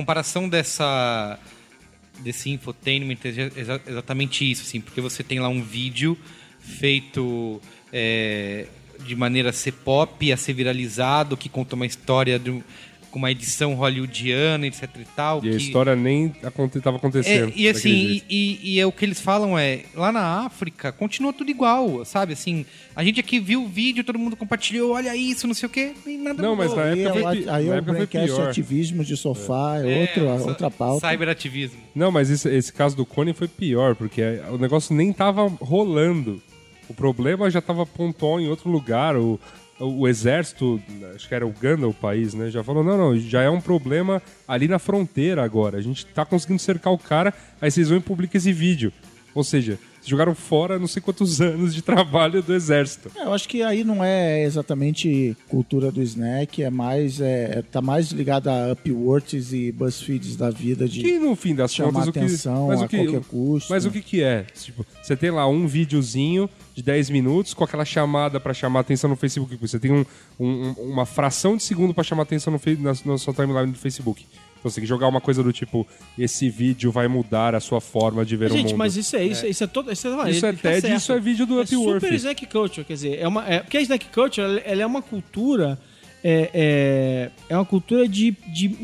desse infotainment é exatamente isso, assim, porque você tem lá um vídeo feito de maneira a ser pop, a ser viralizado, que conta uma história com uma edição hollywoodiana, etc e tal. E a história nem estava acontecendo. E assim, o que eles falam lá na África, continua tudo igual, sabe? Assim, a gente aqui viu o vídeo, todo mundo compartilhou, olha isso, não sei o quê, e nada não, mudou. Mas na época aí o Braincast ativismo de sofá, outra pauta. Cyberativismo. Não, mas esse caso do Cone foi pior, porque o negócio nem tava rolando. O problema já tava pontual em outro lugar. O exército, acho que era Uganda o país, né? Já falou, não, já é um problema ali na fronteira agora. A gente tá conseguindo cercar o cara, aí vocês vão e publicam esse vídeo. Ou seja, jogaram fora não sei quantos anos de trabalho do exército. Eu acho que aí não é exatamente cultura do snack, tá mais ligado a Upworks e BuzzFeeds da vida de que no fim das chamar contas atenção a qualquer custo. Mas o que é? Tipo, você tem lá um videozinho de 10 minutos com aquela chamada pra chamar atenção no Facebook. Você tem uma fração de segundo pra chamar atenção na sua timeline do Facebook. Então você tem que jogar uma coisa do tipo: esse vídeo vai mudar a sua forma de ver o mundo. Gente, mas isso é todo... Isso é TED, tá isso é vídeo do Upwork. É super snack culture, quer dizer, porque a snack culture, ela é uma cultura... É uma cultura de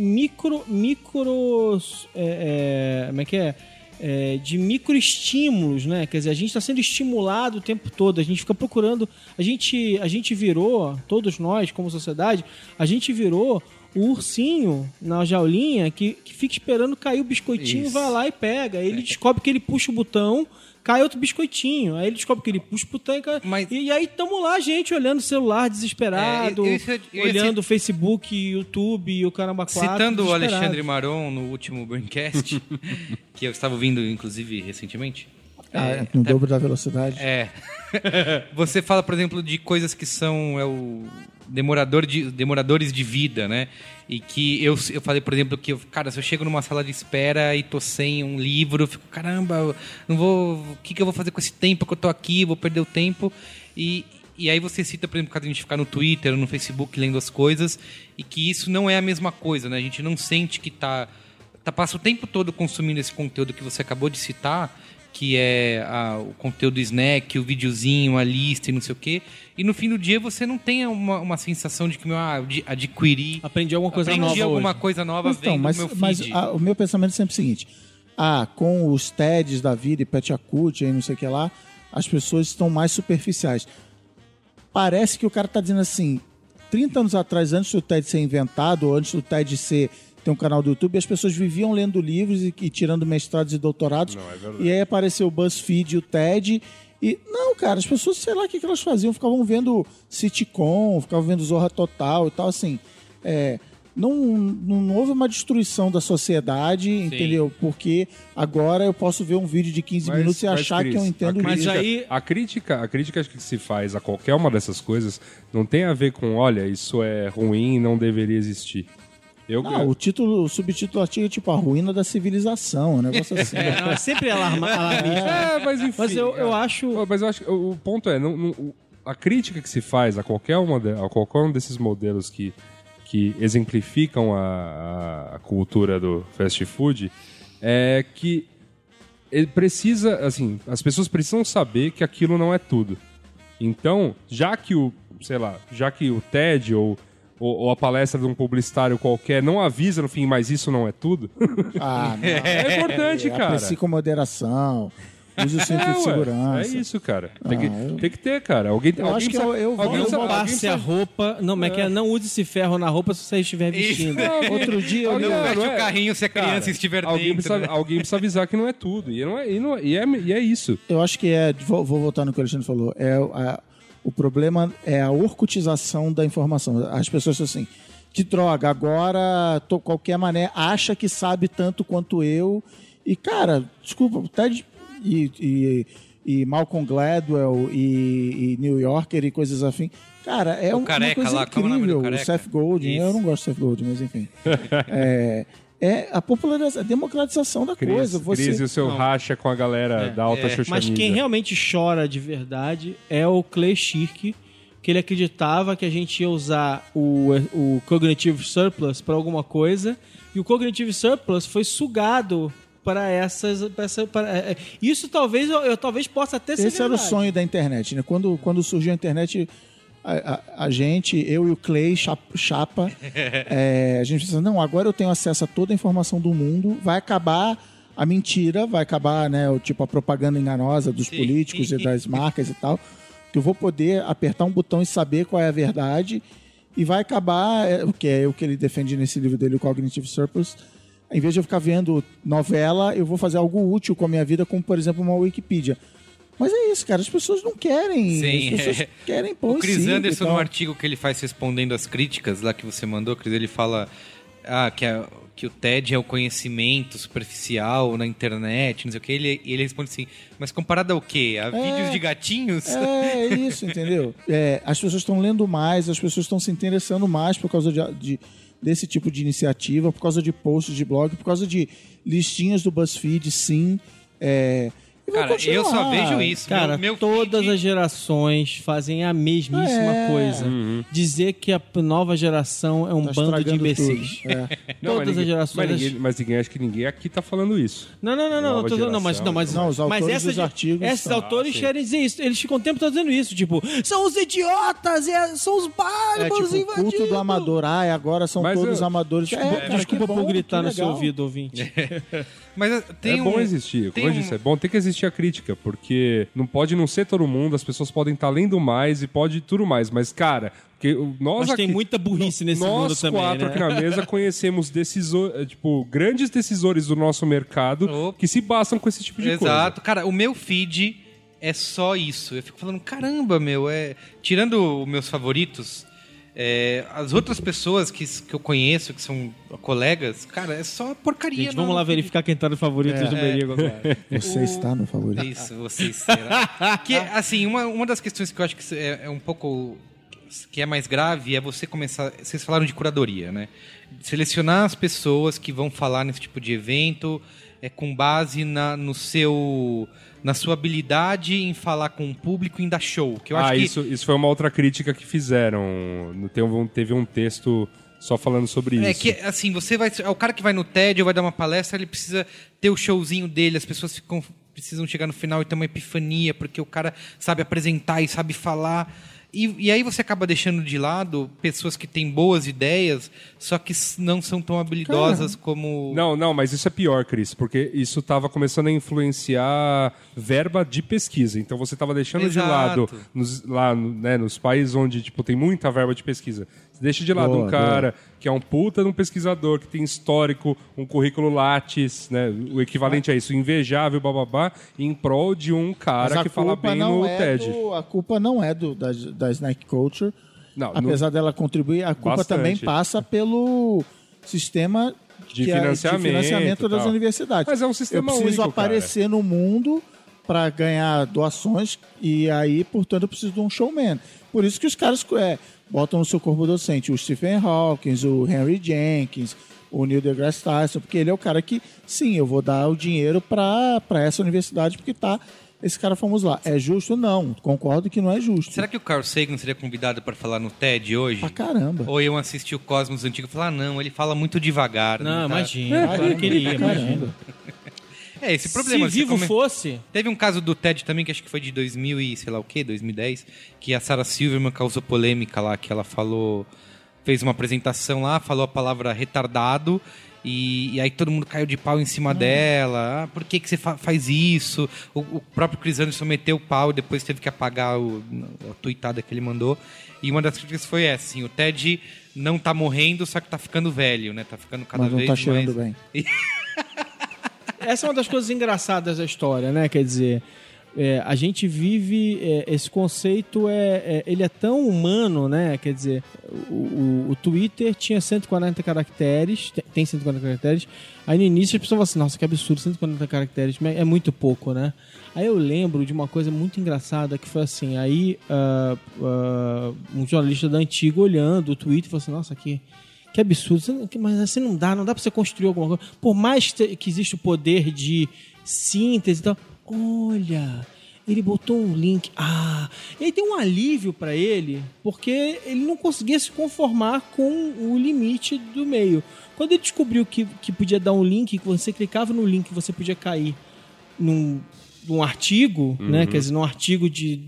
como é que é? De microestímulos, né? Quer dizer, a gente está sendo estimulado o tempo todo, a gente fica procurando... A gente virou, todos nós, como sociedade, a gente virou o ursinho na jaulinha que fica esperando cair o biscoitinho, Isso. vai lá e pega. Aí ele descobre que ele puxa o botão, cai outro biscoitinho. Aí ele descobre que ele puxa o botão e cai... E aí tamo lá, gente, olhando o celular desesperado, olhando o Facebook, YouTube e o caramba 4. Citando o Alexandre Maron no último Braincast, que eu estava ouvindo, inclusive, recentemente. No dobro da velocidade. Você fala, por exemplo, de coisas que são demoradores de vida, né? E que eu falei, por exemplo, que cara, se eu chego numa sala de espera e tô sem um livro, eu fico, caramba, o que eu vou fazer com esse tempo que eu tô aqui? Vou perder o tempo. E aí você cita, por exemplo, que a gente ficar no Twitter ou no Facebook lendo as coisas, e que isso não é a mesma coisa, né? A gente não sente que passa o tempo todo consumindo esse conteúdo que você acabou de citar, que é o conteúdo snack, o videozinho, a lista e não sei o quê. E no fim do dia você não tem uma sensação de que adquirir... Aprendi alguma coisa nova vendo o meu feed. Mas o meu pensamento é sempre o seguinte. Com os TEDs da vida e Petyacut e não sei o que lá, as pessoas estão mais superficiais. Parece que o cara tá dizendo assim, 30 anos atrás, antes do TED ser inventado, ou antes do TED ter um canal do YouTube, as pessoas viviam lendo livros e tirando mestrados e doutorados. Não, é verdade. E aí apareceu o BuzzFeed e o TED. E, não, cara, as pessoas, sei lá o que elas faziam, ficavam vendo sitcom, ficavam vendo Zorra Total e tal, assim. não houve uma destruição da sociedade, entendeu? Porque agora eu posso ver um vídeo de 15 minutos e achar Cris, que eu entendo a isso. crítica, a crítica que se faz a qualquer uma dessas coisas não tem a ver com, olha, isso é ruim, não deveria existir. O subtítulo artigo é tipo a ruína da civilização, um negócio assim. Não, é sempre alarmista. Mas enfim. Mas eu acho... Mas eu acho que o ponto é, a crítica que se faz a qualquer um desses modelos que exemplificam a cultura do fast food é que ele precisa, assim, as pessoas precisam saber que aquilo não é tudo. Então, já que o TED ou a palestra de um publicitário qualquer não avisa no fim, mas isso não é tudo. Não. É importante, cara. Aprecie com moderação. Use o cinto de segurança. É isso, cara. Tem que ter, cara. Alguém passe a roupa. Não, mas não use esse ferro na roupa se você estiver vestindo. Outro dia eu Não feche o carrinho se a criança estiver dentro. Alguém precisa avisar que não é tudo. E é isso. Eu acho que vou voltar no que o Alexandre falou. O problema é a orcutização da informação. As pessoas são assim, que droga, agora qualquer mané acha que sabe tanto quanto eu. E, cara, desculpa, o TED e Malcolm Gladwell e New Yorker e coisas assim. Cara, é uma coisa lá, incrível. O Seth Godin, eu não gosto do Seth Godin, mas enfim. É a popularização, a democratização da coisa. Cris e o seu racha com a galera da alta social Mas quem realmente chora de verdade é o Clay Shirky, que ele acreditava que a gente ia usar o Cognitive Surplus para alguma coisa, e o Cognitive Surplus foi sugado para isso talvez eu possa até ser Esse era o sonho da internet, né? Quando surgiu a internet, a gente, eu e o Clay Chapa, a gente pensou, não, agora eu tenho acesso a toda a informação do mundo, vai acabar a mentira, vai acabar, né, a propaganda enganosa dos políticos e das marcas e tal, que eu vou poder apertar um botão e saber qual é a verdade, e vai acabar, o que ele defende nesse livro dele, o Cognitive Surplus. Em vez de eu ficar vendo novela, eu vou fazer algo útil com a minha vida, como, por exemplo, uma Wikipedia. Mas é isso, cara. As pessoas não querem. Sim, as pessoas querem pôr o Chris Anderson, no artigo que ele faz respondendo as críticas lá que você mandou, Chris, ele fala que o TED é o conhecimento superficial na internet, não sei o que. E ele responde assim, mas comparado ao quê? A vídeos de gatinhos? É isso, entendeu? As pessoas estão lendo mais, as pessoas estão se interessando mais por causa desse tipo de iniciativa, por causa de posts de blog, por causa de listinhas do BuzzFeed, sim. Cara, eu só vejo isso. Cara, todas as gerações fazem a mesmíssima coisa. Dizer que a nova geração é um bando de imbecis. Todas as gerações. Mas acho que ninguém aqui tá falando isso. Não, os autores dos artigos. Esses autores querem dizer isso. Eles ficam o tempo todo dizendo isso. Tipo, são os idiotas, são os bárbaros invadindo. O culto do amador. Agora são todos amadores. Desculpa por gritar no seu ouvido, ouvinte. Mas bom existir. Como eu disse, é bom ter que existir a crítica, porque não pode não ser todo mundo, as pessoas podem estar lendo mais e pode tudo mais, mas, cara, mas tem muita burrice nesse mundo também, nós quatro aqui na mesa conhecemos grandes decisores do nosso mercado que se bastam com esse tipo de coisa. Exato. Cara, o meu feed é só isso. Eu fico falando, caramba, tirando os meus favoritos, as outras pessoas que eu conheço, que são colegas, cara, é só porcaria. Gente, vamos lá verificar quem tá no favorito do Merigo agora. Você está no favorito. Isso, você será. Que, assim, uma das questões que eu acho que é um pouco... que é mais grave é você começar... Vocês falaram de curadoria, né? Selecionar as pessoas que vão falar nesse tipo de evento com base na sua habilidade em falar com o público e em dar show. Que eu acho isso foi uma outra crítica que fizeram. Teve um texto só falando sobre isso. Que, assim, o cara que vai no TED ou vai dar uma palestra, ele precisa ter o showzinho dele, as pessoas precisam chegar no final e ter uma epifania, porque o cara sabe apresentar e sabe falar... E aí você acaba deixando de lado pessoas que têm boas ideias, só que não são tão habilidosas como... Não, mas isso é pior, Cris, porque isso estava começando a influenciar verba de pesquisa. Então você estava deixando de lado, nos países onde tem muita verba de pesquisa. Você deixa de lado um cara que é um puta de um pesquisador, que tem histórico, um currículo Lattes, né, o equivalente a isso, invejável, bababá, em prol de um cara que fala bem no TED. A culpa não é da Snack Culture. Não, apesar dela contribuir, a culpa Bastante. também passa pelo sistema De que é financiamento das tal. universidades. Mas é um sistema Eu preciso único, cara. aparecer no mundo para ganhar doações e aí, portanto, eu preciso de um showman. Por isso que os caras botam no seu corpo docente o Stephen Hawking, o Henry Jenkins, o Neil deGrasse Tyson, porque ele é o cara que, sim, eu vou dar o dinheiro para essa universidade porque esse cara famoso lá. É justo? Não. Concordo que não é justo. Será que o Carl Sagan seria convidado para falar no TED hoje? Pra caramba. Ou eu assisti o Cosmos Antigo e falar, não, ele fala muito devagar. Não, tá- imagina. Claro que ele ia, imagina. É, esse problema. Se vivo fosse... Teve um caso do TED também, que acho que foi de 2000 e sei lá o quê, 2010, que a Sarah Silverman causou polêmica lá, que ela fez uma apresentação lá, falou a palavra retardado, e aí todo mundo caiu de pau em cima dela. Ah, por que você faz isso? O próprio Chris Anderson meteu o pau e depois teve que apagar a tuitada que ele mandou. E uma das críticas foi essa, assim, o TED não tá morrendo, só que tá ficando velho, né? Tá ficando cada Mas não vez tá mais... cheirando bem. Essa é uma das coisas engraçadas da história, né? Quer dizer, a gente vive... esse conceito, ele é tão humano, né? Quer dizer, o Twitter tinha 140 caracteres, tem 140 caracteres. Aí no início as pessoas falam assim, nossa, que absurdo, 140 caracteres, é muito pouco, né? Aí eu lembro de uma coisa muito engraçada que foi assim, aí um jornalista da Antiga olhando o Twitter falou assim, nossa, que absurdo, mas assim não dá pra você construir alguma coisa. Por mais que existe o poder de síntese e tal, olha, ele botou um link. Ele deu um alívio para ele, porque ele não conseguia se conformar com o limite do meio. Quando ele descobriu que podia dar um link, que você clicava no link, você podia cair num artigo, né? Quer dizer, num artigo de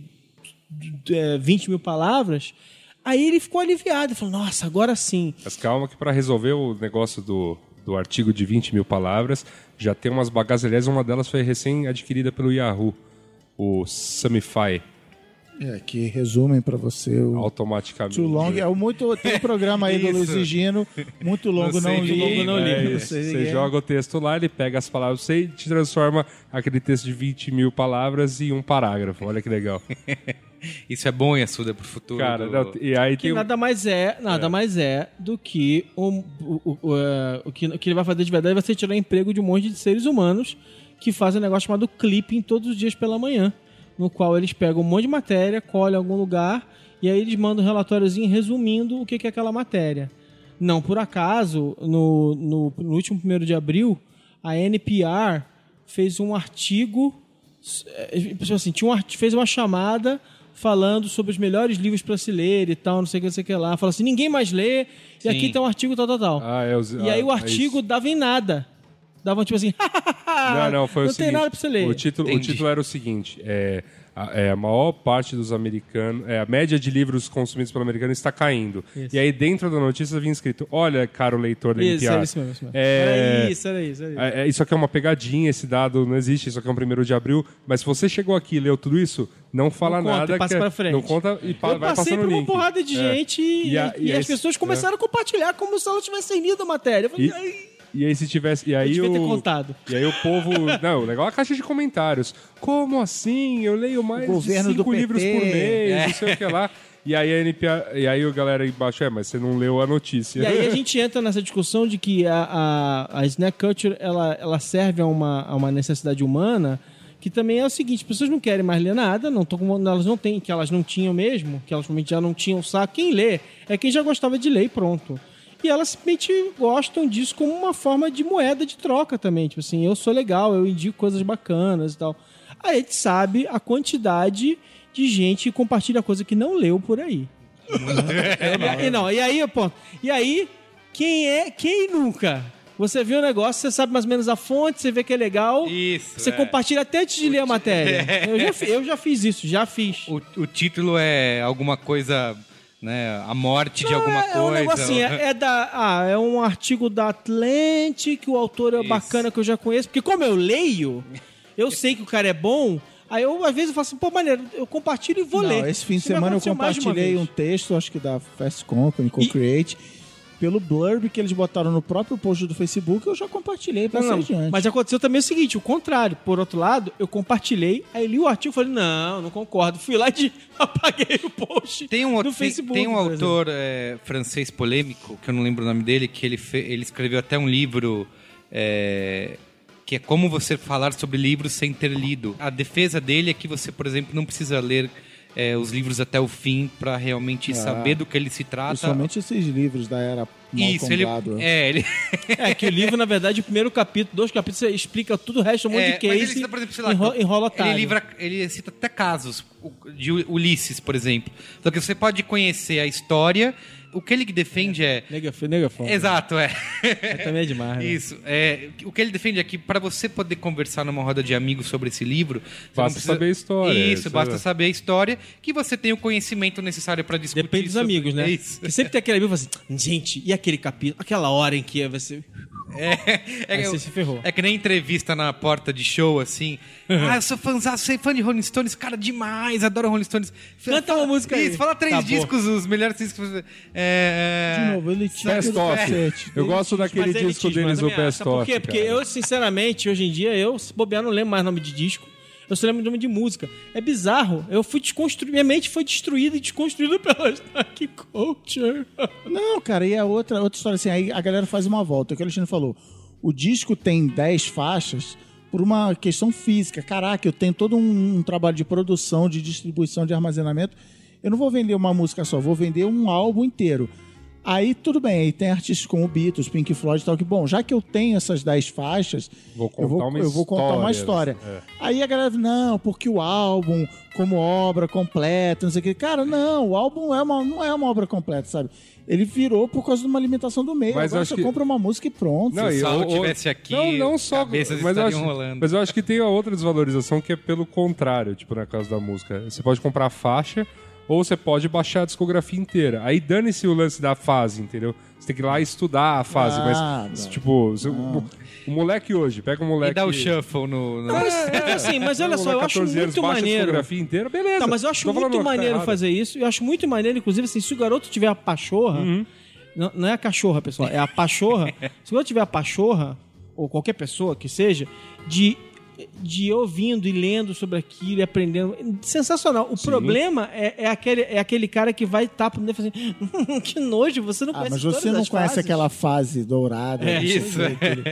20 mil palavras. Aí ele ficou aliviado, falou, nossa, agora sim. Mas calma que para resolver o negócio do artigo de 20 mil palavras, já tem umas bagagens. Aliás, uma delas foi recém-adquirida pelo Yahoo, o Sumify. Que resumem para você o automaticamente. Too Long. Tem um programa aí do Luiz Gino, muito longo não li. Você joga o texto lá, ele pega as palavras e te transforma aquele texto de 20 mil palavras em um parágrafo. Olha que legal. Isso é bom, Yasuda, pro futuro. Cara, e aí que nada mais é do que o que ele vai fazer de verdade vai ser tirar emprego de um monte de seres humanos que fazem um negócio chamado clipping todos os dias pela manhã, no qual eles pegam um monte de matéria, colhem em algum lugar e aí eles mandam um relatóriozinho resumindo o que é aquela matéria. Não por acaso, no último 1º de abril, a NPR fez um artigo, assim, fez uma chamada falando sobre os melhores livros para se ler e tal, não sei o que lá. Fala assim, ninguém mais lê, e aqui tem um artigo tal. E aí o artigo dava em nada. Davam tipo assim, não, foi não o tem seguinte, nada para você ler. O título era o seguinte, a maior parte dos americanos, a média de livros consumidos pelo americano está caindo. Isso. E aí dentro da notícia vinha escrito, olha, caro leitor da NPR. Era isso mesmo. Era isso. Isso aqui é uma pegadinha, esse dado não existe, isso aqui é um 1º de abril, mas se você chegou aqui e leu tudo isso, não fala nada. Passa pra frente. Não conta e vai passando o link. Eu passei por uma porrada de gente e as pessoas começaram a compartilhar como se elas tivessem lido a matéria. Eu falei, e aí se tivesse... E aí eu devia ter contado. E aí o povo... Não, legal a caixa de comentários. Como assim? Eu leio mais de 5 livros por mês, não sei o que lá. E aí a NPR, e aí a galera embaixo, mas você não leu a notícia. E aí a gente entra nessa discussão de que a snack culture, ela serve a uma necessidade humana, que também é o seguinte, as pessoas não querem mais ler nada, elas não têm, que elas não tinham mesmo, que elas realmente já não tinham saco. Quem lê é quem já gostava de ler e pronto. E elas simplesmente gostam disso como uma forma de moeda de troca também. Tipo assim, eu sou legal, eu indico coisas bacanas e tal. Aí a gente sabe a quantidade de gente que compartilha coisa que não leu por aí. E aí, quem nunca? Você vê o negócio, você sabe mais ou menos a fonte, você vê que é legal. Isso, você compartilha até antes de ler a matéria. Eu já fiz isso, já fiz. O título é alguma coisa... Né, a morte de alguma coisa. Um negócio assim, é um artigo da Atlantic, o autor é bacana que eu já conheço, porque como eu leio, eu sei que o cara é bom, aí eu às vezes eu faço assim, pô, maneiro, eu compartilho e vou ler. Esse fim de semana eu compartilhei um texto, acho que da Fast Company, Co-Create, pelo blurb que eles botaram no próprio post do Facebook, eu já compartilhei pra Não, vocês antes. mas aconteceu também o seguinte, o contrário. Por outro lado, eu compartilhei, aí li o artigo e falei, não concordo. Fui lá e apaguei o post do Facebook. Tem um por exemplo. autor francês polêmico, que eu não lembro o nome dele, que ele escreveu até um livro que é como você falar sobre livros sem ter lido. A defesa dele é que você, por exemplo, não precisa ler os livros até o fim para realmente saber do que ele se trata. Principalmente esses livros da era Isso, Malcolm Gladwell. ele... É que o livro, na verdade, o primeiro capítulo, 2 capítulos, você explica tudo, o resto é um monte de mas ele case, cita, por exemplo, sei lá, enrolatário. ele cita até casos de Ulisses, por exemplo. Só que você pode conhecer a história. O que ele defende Nega foda. Exato, Também é demais, né? Isso. O que ele defende é que para você poder conversar numa roda de amigos sobre esse livro... você Basta saber a história. Isso, basta saber a história, que você tem o conhecimento necessário para discutir. Depende dos sobre... amigos, né? Isso. Que sempre tem aquele amigo que fala assim, gente, e aquele capítulo, aquela hora em que você... Aí você se ferrou. É que nem entrevista na porta de show, assim. Eu sou fã de Rolling Stones, cara, demais, adoro Rolling Stones. Canta uma música aí. Isso, fala 3 Acabou. discos, os melhores discos. De novo, ele tira Best do of. cacete. Eu gosto daquele Mas é disco elitismo, deles, eu o também Best acho. Sabe por of. quê? Porque cara. eu, sinceramente, hoje em dia, se bobear, não lembro mais nome de disco. Eu só lembro o nome de música. É bizarro. Eu fui desconstruído. Minha mente foi destruída e desconstruída pela Snack Culture. Não, cara, e a outra história assim, aí a galera faz uma volta, é o que o Alexandre falou. O disco tem 10 faixas por uma questão física. Caraca, eu tenho todo um trabalho de produção, de distribuição, de armazenamento. Eu não vou vender uma música só, vou vender um álbum inteiro. Aí tudo bem, aí tem artistas como o Beatles, Pink Floyd e tal, que bom, já que eu tenho essas 10 faixas, eu vou contar uma história. Aí a galera, não, porque o álbum, como obra completa, não sei o que. Cara, não, o álbum não é uma obra completa, sabe? Ele virou por causa de uma limitação do meio. Mas Agora acho você que... compra uma música e pronto. Se o Saulo tivesse aqui, não só, cabeças mas estariam rolando. Mas eu acho que tem a outra desvalorização que é pelo contrário, tipo, na casa da música. Você pode comprar a faixa ou você pode baixar a discografia inteira. Aí dane-se o lance da fase, entendeu? Você tem que ir lá estudar a fase, mas, tipo, o moleque hoje, pega o moleque... E dá o shuffle no... Mas olha só, eu acho muito baixa a maneiro. discografia inteira, beleza. Tá, mas eu acho muito maneiro fazer isso. Eu acho muito maneiro, inclusive, assim, se o garoto tiver a pachorra... Não é a cachorra, pessoal, é a pachorra. Se o garoto tiver a pachorra, ou qualquer pessoa que seja, de ir ouvindo e lendo sobre aquilo e aprendendo. Sensacional. O problema é aquele cara que vai estar por dentro e falar assim, que nojo, você não conhece mas todas você não as conhece fases. aquela fase dourada. Isso.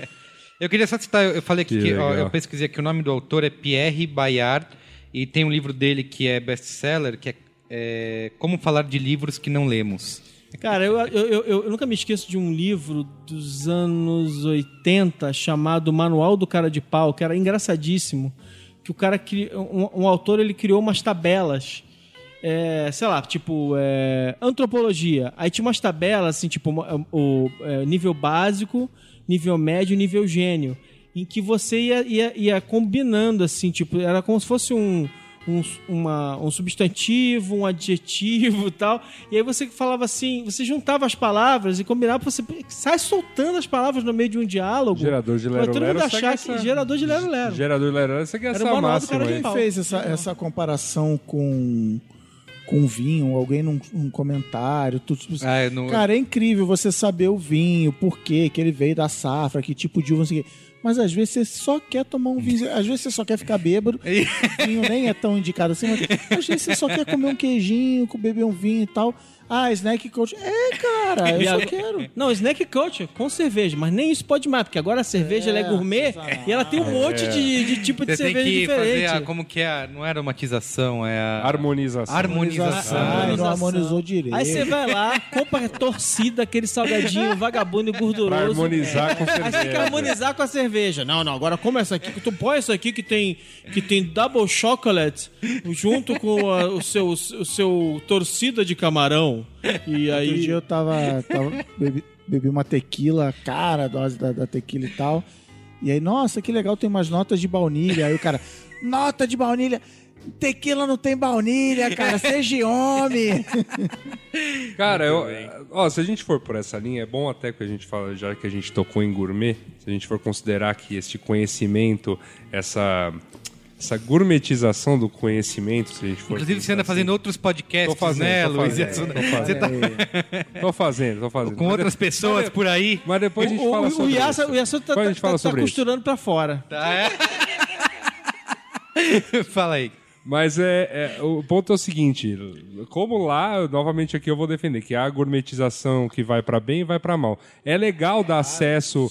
Eu queria só citar, eu falei aqui, eu pesquisei aqui, o nome do autor é Pierre Bayard, e tem um livro dele que é best-seller, que é Como Falar de Livros que Não Lemos. Cara, eu nunca me esqueço de um livro dos anos 80 chamado Manual do Cara de Pau, que era engraçadíssimo, que o cara, um autor, ele criou umas tabelas, sei lá, tipo, antropologia. Aí tinha umas tabelas, assim, tipo, o nível básico, nível médio e nível gênio, em que você ia combinando, assim, tipo, era como se fosse um substantivo, um adjetivo e tal. E aí você falava assim, você juntava as palavras e combinava, você sai soltando as palavras no meio de um diálogo. Gerador de lero-lero. Todo mundo achar que gerador de lero-lero. Gerador de lero-lero, você quer essa máxima aí. Quem fez essa comparação com vinho, alguém num comentário, tudo. Cara, é incrível você saber o vinho, por quê, que ele veio da safra, que tipo de uva, não sei o quê. Mas às vezes você só quer tomar um vinho, às vezes você só quer ficar bêbado, o vinho nem é tão indicado assim, mas às vezes você só quer comer um queijinho, beber um vinho e tal. Snack Coach. Cara, eu só quero. Não, Snack Coach com cerveja, mas nem isso pode mais, porque agora a cerveja ela é gourmet e ela tem um monte de tipo de Você cerveja tem que diferente. fazer como que é, não é aromatização, é a... Harmonização. Não harmonizou direito. Aí você vai lá, compra torcida, aquele salgadinho vagabundo e gorduroso. Pra harmonizar com cerveja. Aí você tem que harmonizar com a cerveja. Não, agora como essa aqui, tu põe essa aqui que tem double chocolate junto com o seu torcida de camarão. E aí... Outro dia eu bebi uma tequila, cara, a dose da tequila e tal. E aí, nossa, que legal, tem umas notas de baunilha. Aí o cara, nota de baunilha... Tequila não tem baunilha, cara. Seja homem. Cara, se a gente for por essa linha, é bom até que a gente fala, já que a gente tocou em gourmet, se a gente for considerar que este conhecimento, essa gourmetização do conhecimento, se a gente for Inclusive, você anda assim. fazendo outros podcasts, né, Luiz? Você tá Tô fazendo. com outras pessoas por aí. Mas depois a gente fala sobre O isso. Yasso tá, Depois a gente fala tá sobre isso. costurando pra fora. Tá, é? Fala aí. Mas o ponto é o seguinte, como lá, novamente aqui eu vou defender, que há a gourmetização que vai para bem e vai para mal. É legal dar acesso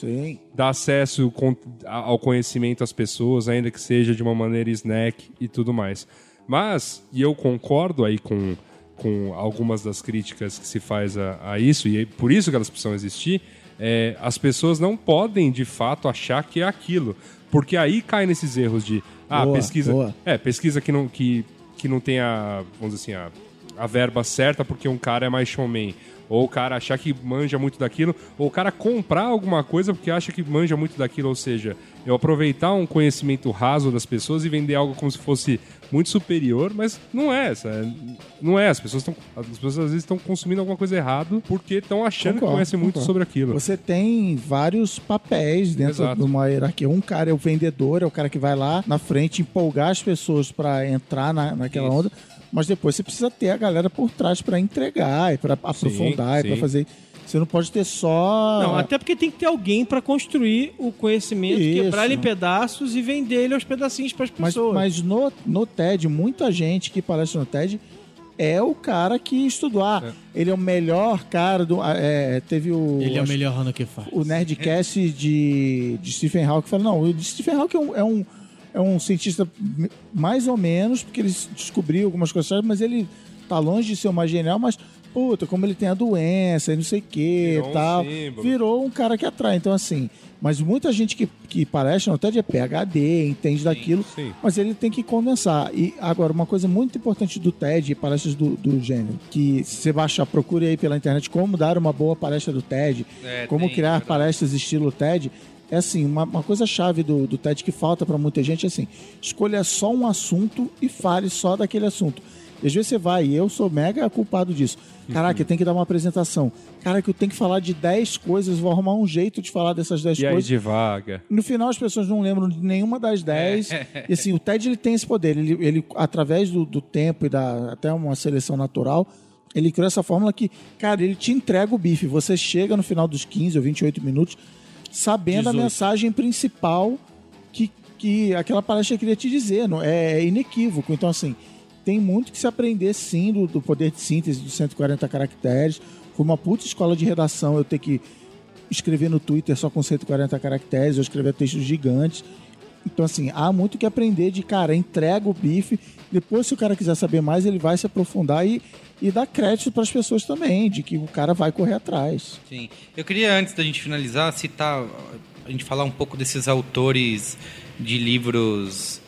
ao conhecimento às pessoas, ainda que seja de uma maneira snack e tudo mais. Mas, e eu concordo aí com algumas das críticas que se faz a isso, e é por isso que elas precisam existir, as pessoas não podem, de fato, achar que é aquilo. Porque aí cai nesses erros de pesquisa que não tem vamos dizer assim, a verba certa porque um cara é mais showman. Ou o cara achar que manja muito daquilo, ou o cara comprar alguma coisa porque acha que manja muito daquilo, ou seja, eu aproveitar um conhecimento raso das pessoas e vender algo como se fosse muito superior, mas não é. Não é. As pessoas às vezes estão consumindo alguma coisa errada porque estão achando que conhecem muito sobre aquilo. Você tem vários papéis dentro de uma hierarquia. Um cara é o vendedor, é o cara que vai lá na frente empolgar as pessoas para entrar naquela onda. Mas depois você precisa ter a galera por trás para entregar e para aprofundar e para fazer. Você não pode ter só... Não, até porque tem que ter alguém para construir o conhecimento, quebrar ele em pedaços e vender ele aos pedacinhos para as pessoas. Mas no TED, muita gente que palestra no TED é o cara que estudou. Ele é o melhor cara do... teve o... Ele é o melhor no que faz. O Nerdcast de Stephen Hawking fala, não, o Stephen Hawking é um cientista mais ou menos, porque ele descobriu algumas coisas, mas ele tá longe de ser o mais genial, mas, puta, como ele tem a doença e não sei o que e tal, virou um cara que atrai. Então, assim, mas muita gente que palestra no TED é PhD, entende daquilo, mas ele tem que condensar. E agora, uma coisa muito importante do TED e palestras do gênero, que se você baixar, procure aí pela internet como dar uma boa palestra do TED, como criar palestras estilo TED. É assim, uma coisa chave do TED que falta pra muita gente é assim, escolha só um assunto e fale só daquele assunto. E às vezes você vai, e eu sou mega culpado disso. Caraca, eu tenho que dar uma apresentação. Caraca, eu tenho que falar de 10 coisas, vou arrumar um jeito de falar dessas 10 coisas. E aí devagar. No final as pessoas não lembram de nenhuma das 10. E assim, o TED ele tem esse poder. Ele através do tempo e até uma seleção natural, ele criou essa fórmula que, cara, ele te entrega o bife. Você chega no final dos 15 ou 28 minutos sabendo 18. A mensagem principal que aquela palestra queria te dizer. Não, é inequívoco. Então, assim, tem muito que se aprender, sim, do poder de síntese dos 140 caracteres. Foi uma puta escola de redação eu ter que escrever no Twitter só com 140 caracteres, eu escrever textos gigantes. Então, assim, há muito que aprender de, cara, entrega o bife. Depois, se o cara quiser saber mais, ele vai se aprofundar e dar crédito para as pessoas também, de que o cara vai correr atrás. Sim. Eu queria, antes da gente finalizar, a gente falar um pouco desses autores de livros,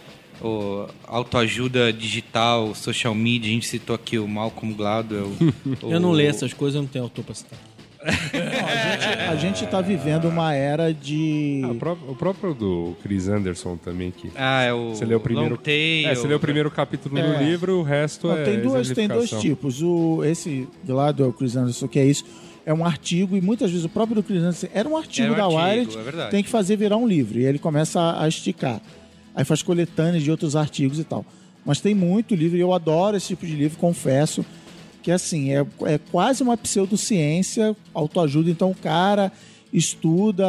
autoajuda digital, social media. A gente citou aqui o Malcolm Gladwell. Eu não leio essas coisas, eu não tenho autor para citar. Não, a gente tá vivendo uma era de... o próprio do Chris Anderson também, que você lê o primeiro, Long Tail, você lê o primeiro capítulo do livro, o resto tem dois tipos. Esse lá do Chris Anderson, que é isso, é um artigo, e muitas vezes o próprio Chris Anderson era um artigo da Wired, tem que fazer virar um livro, e ele começa a esticar. Aí faz coletâneas de outros artigos e tal. Mas tem muito livro, e eu adoro esse tipo de livro, confesso, que assim, é quase uma pseudociência, autoajuda. Então o cara estuda,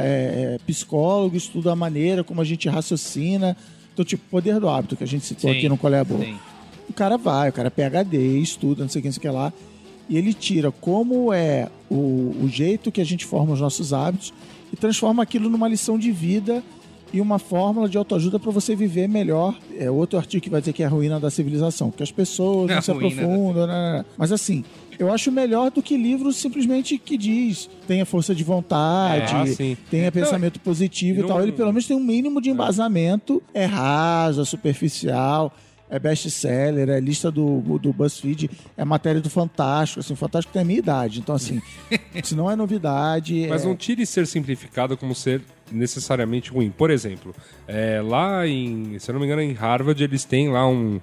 psicólogo, estuda a maneira como a gente raciocina. Então, tipo, Poder do Hábito, que a gente citou aqui no Qual é a Boa. O cara é PhD, estuda, não sei o que lá, e ele tira como é o jeito que a gente forma os nossos hábitos e transforma aquilo numa lição de vida e uma fórmula de autoajuda para você viver melhor. É outro artigo que vai dizer que é a ruína da civilização, porque as pessoas não se aprofundam. Mas assim, eu acho melhor do que livros simplesmente que diz tenha força de vontade, tenha pensamento positivo e tal. Ele pelo menos tem um mínimo de embasamento. É raso, é superficial, é best-seller, é lista do BuzzFeed, é matéria do Fantástico. Assim, o Fantástico tem a minha idade, então assim, se não é novidade... Mas não tire ser simplificado como ser necessariamente ruim. Por exemplo, lá se eu não me engano, em Harvard, eles têm lá um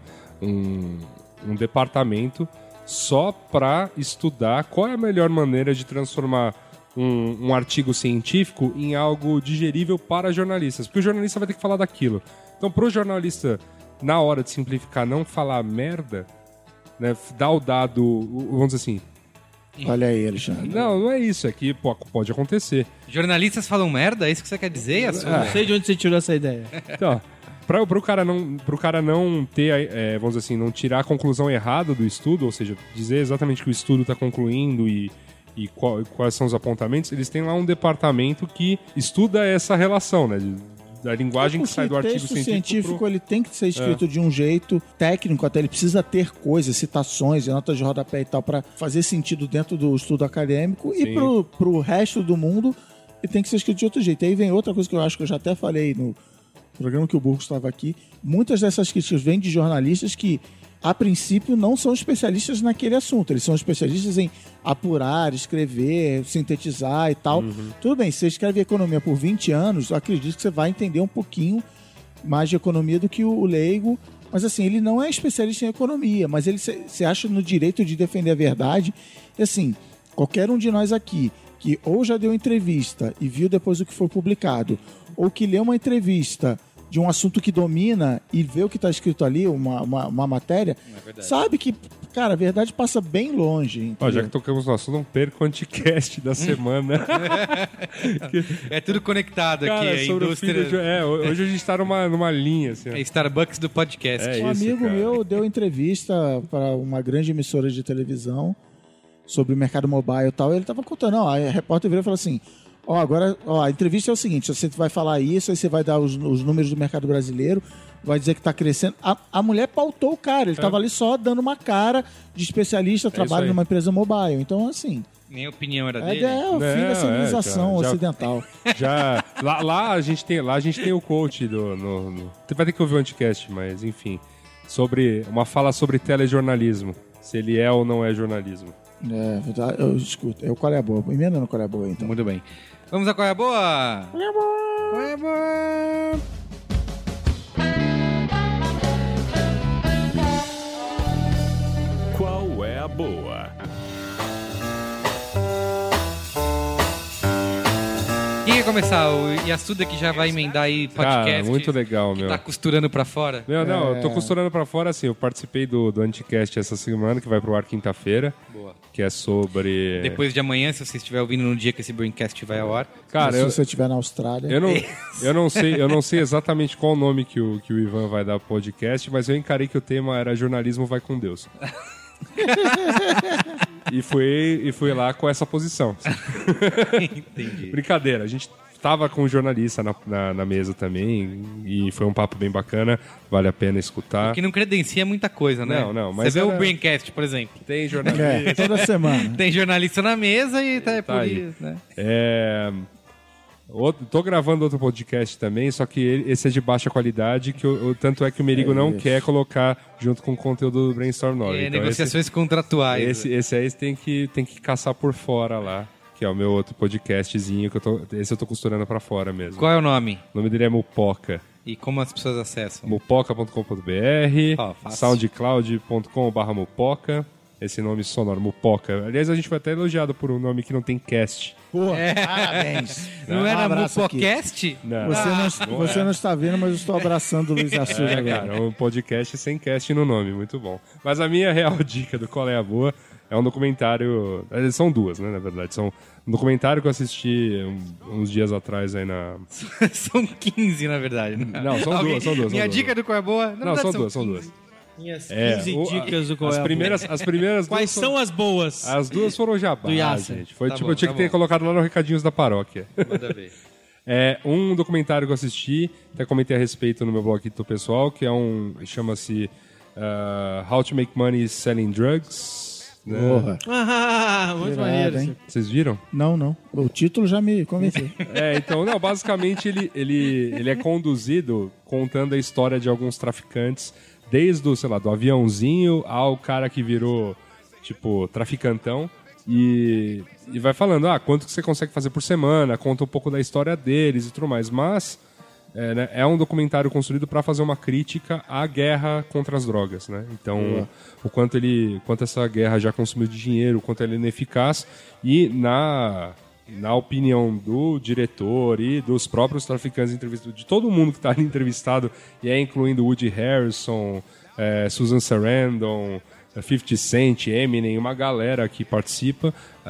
departamento só para estudar qual é a melhor maneira de transformar um artigo científico em algo digerível para jornalistas, porque o jornalista vai ter que falar daquilo. Então, pro jornalista, na hora de simplificar, não falar merda, né, dar o dado, vamos dizer assim... Olha aí, Alexandre. Não é isso, é que pode acontecer. Jornalistas falam merda? É isso que você quer dizer, Yasuda? Não sei de onde você tirou essa ideia. Então, pro cara não ter, vamos dizer assim, não tirar a conclusão errada do estudo, ou seja, dizer exatamente que o estudo está concluindo e quais são os apontamentos, eles têm lá um departamento que estuda essa relação, né? Da linguagem que sai do artigo científico. O texto científico ele tem que ser escrito de um jeito técnico, até ele precisa ter coisas, citações, notas de rodapé e tal, para fazer sentido dentro do estudo acadêmico. Sim. E pro resto do mundo, ele tem que ser escrito de outro jeito. E aí vem outra coisa que eu acho que eu já até falei no programa que o Burgo estava aqui. Muitas dessas críticas vêm de jornalistas que, a princípio, não são especialistas naquele assunto. Eles são especialistas em apurar, escrever, sintetizar e tal. Tudo bem, se você escreve economia por 20 anos, eu acredito que você vai entender um pouquinho mais de economia do que o leigo. Mas assim, ele não é especialista em economia, mas ele se acha no direito de defender a verdade. E assim, qualquer um de nós aqui que ou já deu entrevista e viu depois o que foi publicado, ou que leu uma entrevista de um assunto que domina e vê o que está escrito ali, uma matéria, sabe que, cara, a verdade passa bem longe. Já que tocamos no assunto, não perca o anticast da semana. É tudo conectado, cara, aqui. Sobre indústria... hoje a gente está numa linha. Assim, é Starbucks do podcast. Um amigo meu deu entrevista para uma grande emissora de televisão sobre o mercado mobile e tal, e ele estava contando, a repórter virou e falou assim: agora, a entrevista é o seguinte, você vai falar isso, aí você vai dar os números do mercado brasileiro, vai dizer que está crescendo. A mulher pautou o cara, ele estava ali só dando uma cara de especialista, trabalha numa empresa mobile. Então, assim... Nem a opinião era dele? É o fim da civilização ocidental. Lá a gente tem o coach Você vai ter que ouvir o anticast, mas enfim. Uma fala sobre telejornalismo. Se ele é ou não é jornalismo. Eu escuto. Qual é a boa? Emenda no qual é a boa, então. Muito bem. Vamos a qual é a boa? Qual é a boa? Qual é a boa? Qual é a boa? Quem quer começar? O Yasuda, que já vai emendar aí podcast. Cara, muito legal, que meu. Tá costurando pra fora. Eu tô costurando pra fora, assim, eu participei do Anticast essa semana, que vai pro ar quinta-feira. Boa. Que é sobre... Depois de amanhã, se você estiver ouvindo no dia que esse Braincast vai ao ar. Cara, se você estiver na Austrália... Eu não sei exatamente qual o nome que o Ivan vai dar pro podcast, mas eu encarei que o tema era Jornalismo Vai com Deus. E fui lá com essa posição. Entendi. Brincadeira, a gente tava com um jornalista na mesa também e foi um papo bem bacana, vale a pena escutar. Que não credencia muita coisa, né? Não, mas você vê o Braincast, por exemplo. Tem jornalista. Toda semana. Tem jornalista na mesa e tá por aí. Isso, né? Tô gravando outro podcast também, só que esse é de baixa qualidade, tanto é que o Merigo não quer colocar junto com o conteúdo do Brainstorm 9. Então negociações contratuais. Esse aí tem que caçar por fora lá, que é o meu outro podcastzinho, esse eu tô costurando pra fora mesmo. Qual é o nome? O nome dele é Mupoca. E como as pessoas acessam? mupoca.com.br, soundcloud.com/mupoca. Esse nome sonoro, Mupoca. Aliás, a gente foi até elogiado por um nome que não tem cast. Pô, parabéns. Não era Mupocast? Não. Você não está vendo, mas eu estou abraçando o Luiz Assuda agora. Cara, um podcast sem cast no nome, muito bom. Mas a minha real dica do Qual é a Boa é um documentário... São duas, né, na verdade. São um documentário que eu assisti uns dias atrás aí na... São 15, na verdade. Não, são duas. Minha dica do Qual é a Boa? Não, são duas. Minhas 15 dicas do Qual é a Boa. As primeiras Quais são as boas? As duas foram jabá, gente. Foi Tá tipo, bom, eu tinha que ter colocado lá no Recadinhos da Paróquia. Manda ver. Um documentário que eu assisti, até comentei a respeito no meu blog do pessoal, que chama-se How to Make Money Selling Drugs. Né? Porra. Muito maneiro. Hein? Vocês viram? Não. O título já me convenceu. Então, basicamente ele é conduzido contando a história de alguns traficantes, desde do aviãozinho ao cara que virou, tipo, traficantão. E vai falando, quanto que você consegue fazer por semana, conta um pouco da história deles e tudo mais. Mas é um documentário construído para fazer uma crítica à guerra contra as drogas, né? Então, o quanto essa guerra já consumiu de dinheiro, o quanto ela é ineficaz. E na opinião do diretor e dos próprios traficantes entrevistados, de todo mundo que está ali entrevistado, e incluindo Woody Harrelson, Susan Sarandon, 50 Cent, Eminem, uma galera que participa,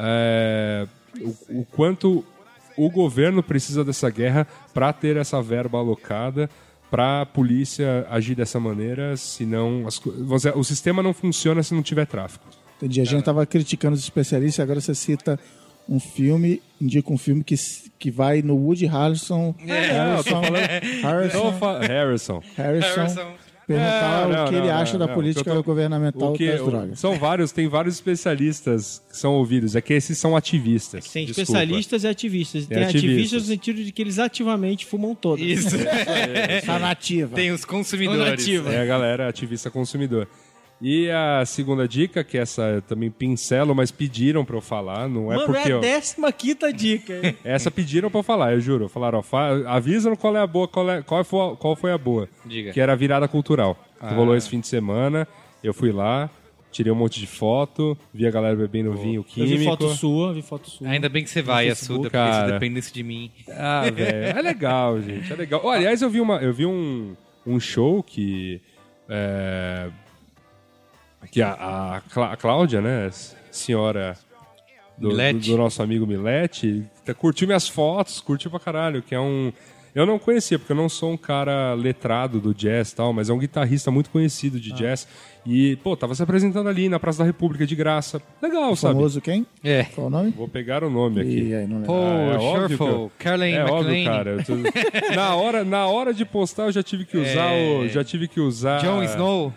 o quanto o governo precisa dessa guerra para ter essa verba alocada para a polícia agir dessa maneira, senão o sistema não funciona se não tiver tráfico. Entendi. A gente estava criticando os especialistas, agora você cita um filme, indica um filme que vai no Woody Harrelson. Harrison. Perguntar o que ele acha da política governamental das drogas. Tem vários especialistas que são ouvidos. É que esses são ativistas. Tem especialistas e ativistas. Tem ativistas no sentido de que eles ativamente fumam todas. Isso. Tá nativa. Tem os consumidores. É a galera ativista consumidor. E a segunda dica, que essa eu também pincelo, mas pediram pra eu falar, não é porque... Mano, é a 15ª dica, hein? Essa pediram pra eu falar, eu juro. Falaram, avisa qual é a boa, qual foi a boa. Diga. Que era a virada cultural. Que rolou esse fim de semana, eu fui lá, tirei um monte de foto, vi a galera bebendo vinho químico. Eu vi foto sua. Ainda bem que você vai, Assuda, porque se dependesse de mim. Ah, velho, é legal, gente, é legal. Oh, aliás, eu vi um show que a Cláudia, né, senhora do nosso amigo Milete, curtiu minhas fotos, curtiu pra caralho, que é um... Eu não conhecia, porque eu não sou um cara letrado do jazz e tal, mas é um guitarrista muito conhecido de jazz. E, tava se apresentando ali na Praça da República de graça. Legal, sabe? Famoso quem? Qual o nome? Vou pegar o nome aqui. Aí, não lembro. Paul Shuffle, Caroline óbvio, cara. Na hora de postar, eu já tive que usar Jon Snow.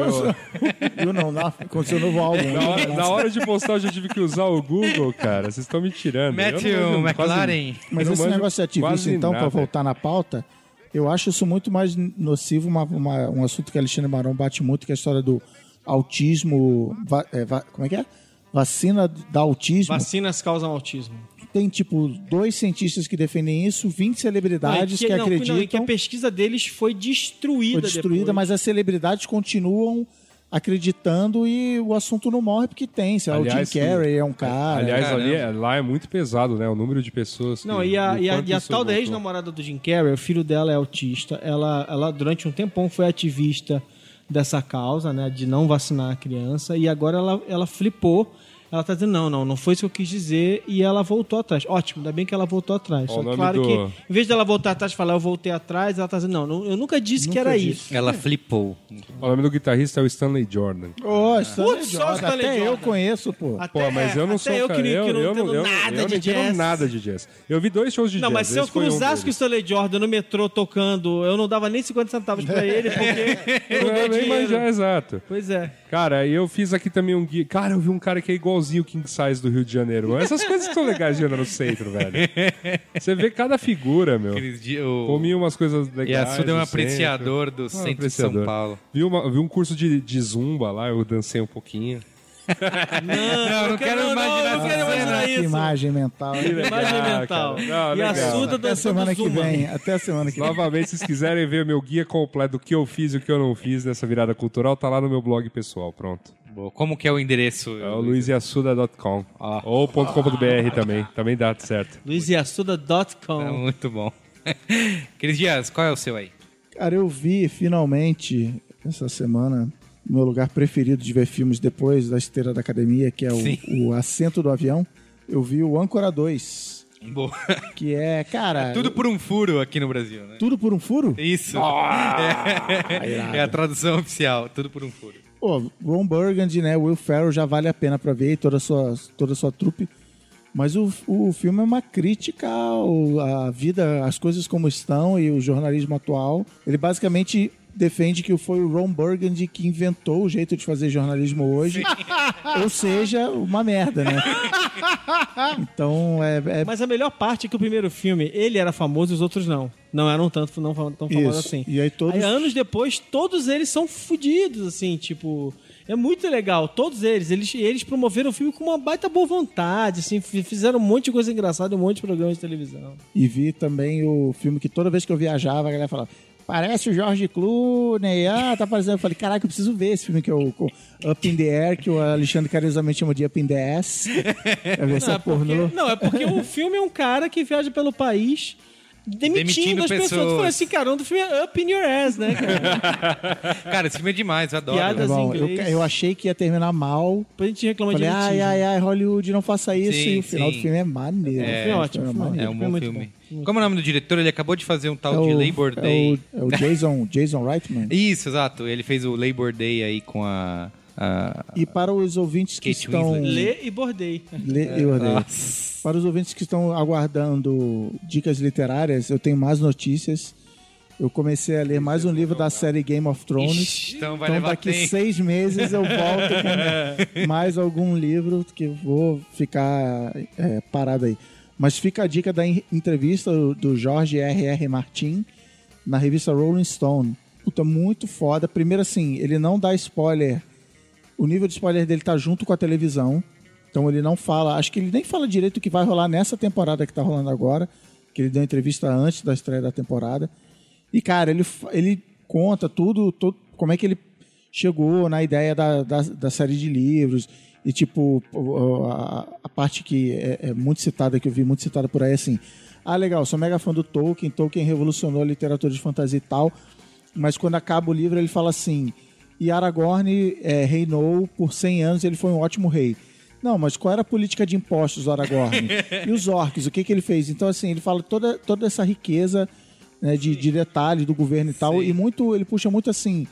Com seu novo álbum. Na hora de postar, eu já tive que usar o Google, cara. Vocês estão me tirando. Matthew McLaren. Mas esse negócio de ativista, então, pra voltar na pauta, eu acho isso muito mais nocivo, um assunto que Alexandre Marão bate muito, que é a história do autismo... como é que é? Vacina da autismo. Vacinas causam autismo. Tem, 2 cientistas que defendem isso, 20 celebridades que acreditam... E que a pesquisa deles foi destruída depois. Mas as celebridades continuam acreditando e o assunto não morre porque tem. O Jim Carrey é um cara. Aliás, lá é muito pesado, né? O número de pessoas que... Não, e a tal da ex-namorada do Jim Carrey, o filho dela é autista. Ela durante um tempão foi ativista dessa causa, né? De não vacinar a criança. E agora ela flipou. Ela tá dizendo, não foi isso que eu quis dizer, e ela voltou atrás. Ótimo, ainda bem que ela voltou atrás. Só que claro que, em vez dela voltar atrás e falar, eu voltei atrás, ela tá dizendo, não, eu nunca disse que era isso. Ela flipou. O nome do guitarrista é o Stanley Jordan. Stanley Jordan. Até eu conheço, pô. Mas eu não sou um cara... Eu não entendo nada de jazz. Eu vi 2 shows de jazz. Não, mas se eu cruzasse com o Stanley Jordan no metrô tocando, eu não dava nem 50 centavos pra ele, porque eu não dou dinheiro. Exato. Pois é. Cara, eu fiz aqui também um guia. Cara, eu vi um cara que é igualzinho o King Size do Rio de Janeiro. Essas coisas que são legais de andar no centro, velho. Você vê cada figura, meu. Comi umas coisas legais. E a Suda é um apreciador do centro de São Paulo. Vi um curso de zumba lá, eu dancei um pouquinho. Não quero imaginar isso. Que imagem mental. Imagem mental. E a Suda até semana que vem. Até semana que vem. Novamente, se vocês quiserem ver meu guia completo do que eu fiz e o que eu não fiz nessa virada cultural, tá lá no meu blog pessoal. Pronto. Boa. Como que é o endereço? É o luiziassuda.com. Ou .com.br também. Também dá certo. luiziassuda.com. É muito bom. Cris Dias, qual é o seu aí? Cara, eu vi finalmente essa semana meu lugar preferido de ver filmes depois da esteira da academia, que é o assento do avião. Eu vi o Âncora 2. Boa. Que é, cara... Tudo por um furo aqui no Brasil, né? Tudo por um furo? Isso. É a tradução oficial. Tudo por um furo. Ron Burgundy, né? Will Ferrell já vale a pena pra ver, toda a sua trupe. Mas o filme é uma crítica à vida, às coisas como estão e o jornalismo atual. Ele basicamente defende que foi o Ron Burgundy que inventou o jeito de fazer jornalismo hoje. Ou seja, uma merda, né? Então, Mas a melhor parte é que o primeiro filme, ele era famoso e os outros não. Não eram tão famosos assim. E aí anos depois, todos eles são fodidos, assim, tipo... É muito legal, todos eles promoveram o filme com uma baita boa vontade, assim, fizeram um monte de coisa engraçada, um monte de programas de televisão. E vi também o filme que toda vez que eu viajava, a galera falava, parece o George Clooney, tá parecendo. Eu falei, caraca, eu preciso ver esse filme que é o Up in the Air, que o Alexandre carinhosamente chama de Up in the Ass. É a versão pornô. Não, é porque o filme é um cara que viaja pelo país demitindo as pessoas. Eu falei assim, cara, o nome do filme é Up in Your Ass, né, cara? Cara, esse filme é demais, eu adoro. Piadas Bom, em inglês. eu achei que ia terminar mal. Depois a gente reclama Falei, de litígio. ai, Hollywood, não faça isso. Sim, e o final sim. do filme é maneiro. É ótimo, O filme filme maneiro. É um bom muito filme. bom. Como é o nome do diretor? Ele acabou de fazer um tal de Labor Day. É o Jason Reitman. Isso, exato. Ele fez o Labor Day aí com a E para os ouvintes que Kate estão... Winslet. Lê e bordei. Eu odeio. Nossa. Para os ouvintes que estão aguardando dicas literárias, eu tenho mais notícias. Eu comecei a ler mais um livro da série Game of Thrones. Ixi, então vai Então levar daqui tempo. 6 meses eu volto com mais algum livro que eu vou ficar parado aí. Mas fica a dica da entrevista do George R.R. Martin na revista Rolling Stone. Puta, muito foda. Primeiro assim, ele não dá spoiler. O nível de spoiler dele tá junto com a televisão. Então ele não fala, acho que ele nem fala direito o que vai rolar nessa temporada que tá rolando agora, que ele deu uma entrevista antes da estreia da temporada. E, cara, ele conta tudo, como é que ele chegou na ideia da série de livros. E, tipo, a parte que é muito citada, que eu vi muito citada por aí, é assim... legal, sou mega fã do Tolkien revolucionou a literatura de fantasia e tal, mas quando acaba o livro ele fala assim... E Aragorn reinou por 100 anos e ele foi um ótimo rei. Não, mas qual era a política de impostos do Aragorn? E os orcs, o que ele fez? Então, assim, ele fala toda essa riqueza, né, de detalhes do governo e tal, e ele puxa muito assim,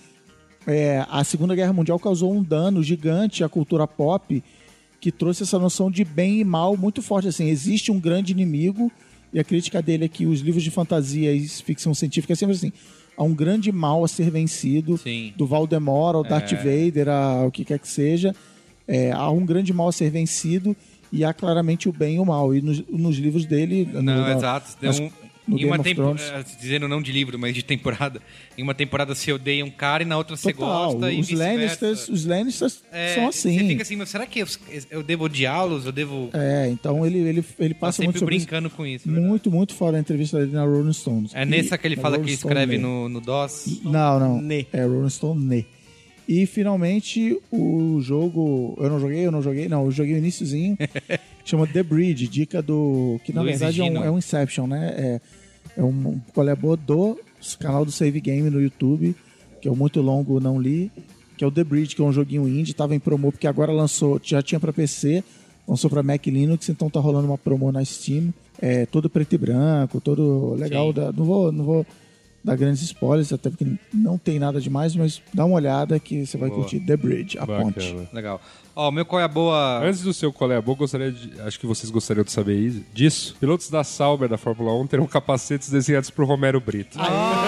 a Segunda Guerra Mundial causou um dano gigante à cultura pop, que trouxe essa noção de bem e mal muito forte, assim, existe um grande inimigo, e a crítica dele é que os livros de fantasia e ficção científica é sempre assim, há um grande mal a ser vencido, Sim. do Voldemort ao Darth Vader, ao que quer que seja, há um grande mal a ser vencido e há claramente o bem e o mal. E nos livros dele... Exato. no Em uma Game of Thrones. dizendo não de livro, mas de temporada. Em uma temporada você odeia um cara e na outra você Total, gosta e os Lannisters são assim. Você fica assim, mas será que eu devo odiá-los? Eu devo... Então ele Tá passa sempre muito sobre brincando com isso. muito, muito fora a entrevista dele na Rolling Stones. É nessa que ele na fala que Rolling Stone escreve Lê. no DOS? Não. Né. É Rolling Stone Né. E finalmente o jogo... Eu joguei o iniciozinho. Chama The Bridge, dica do... Que na Luiz verdade Gino. é um Inception, né? É um colabor do canal do Save Game no YouTube, que é o Muito Longo Não Li, que é o The Bridge, que é um joguinho indie, tava em promo, porque agora lançou, já tinha pra PC, lançou pra Mac e Linux, então tá rolando uma promo na Steam, todo preto e branco, todo legal, não vou dar grandes spoilers, até porque não tem nada demais, mas dá uma olhada que você vai curtir The Bridge, a ponte. Legal. Ó, o meu qual é a boa... Antes do seu qual é a boa, acho que vocês gostariam de saber disso. Pilotos da Sauber da Fórmula 1 terão capacetes desenhados por Romero Brito.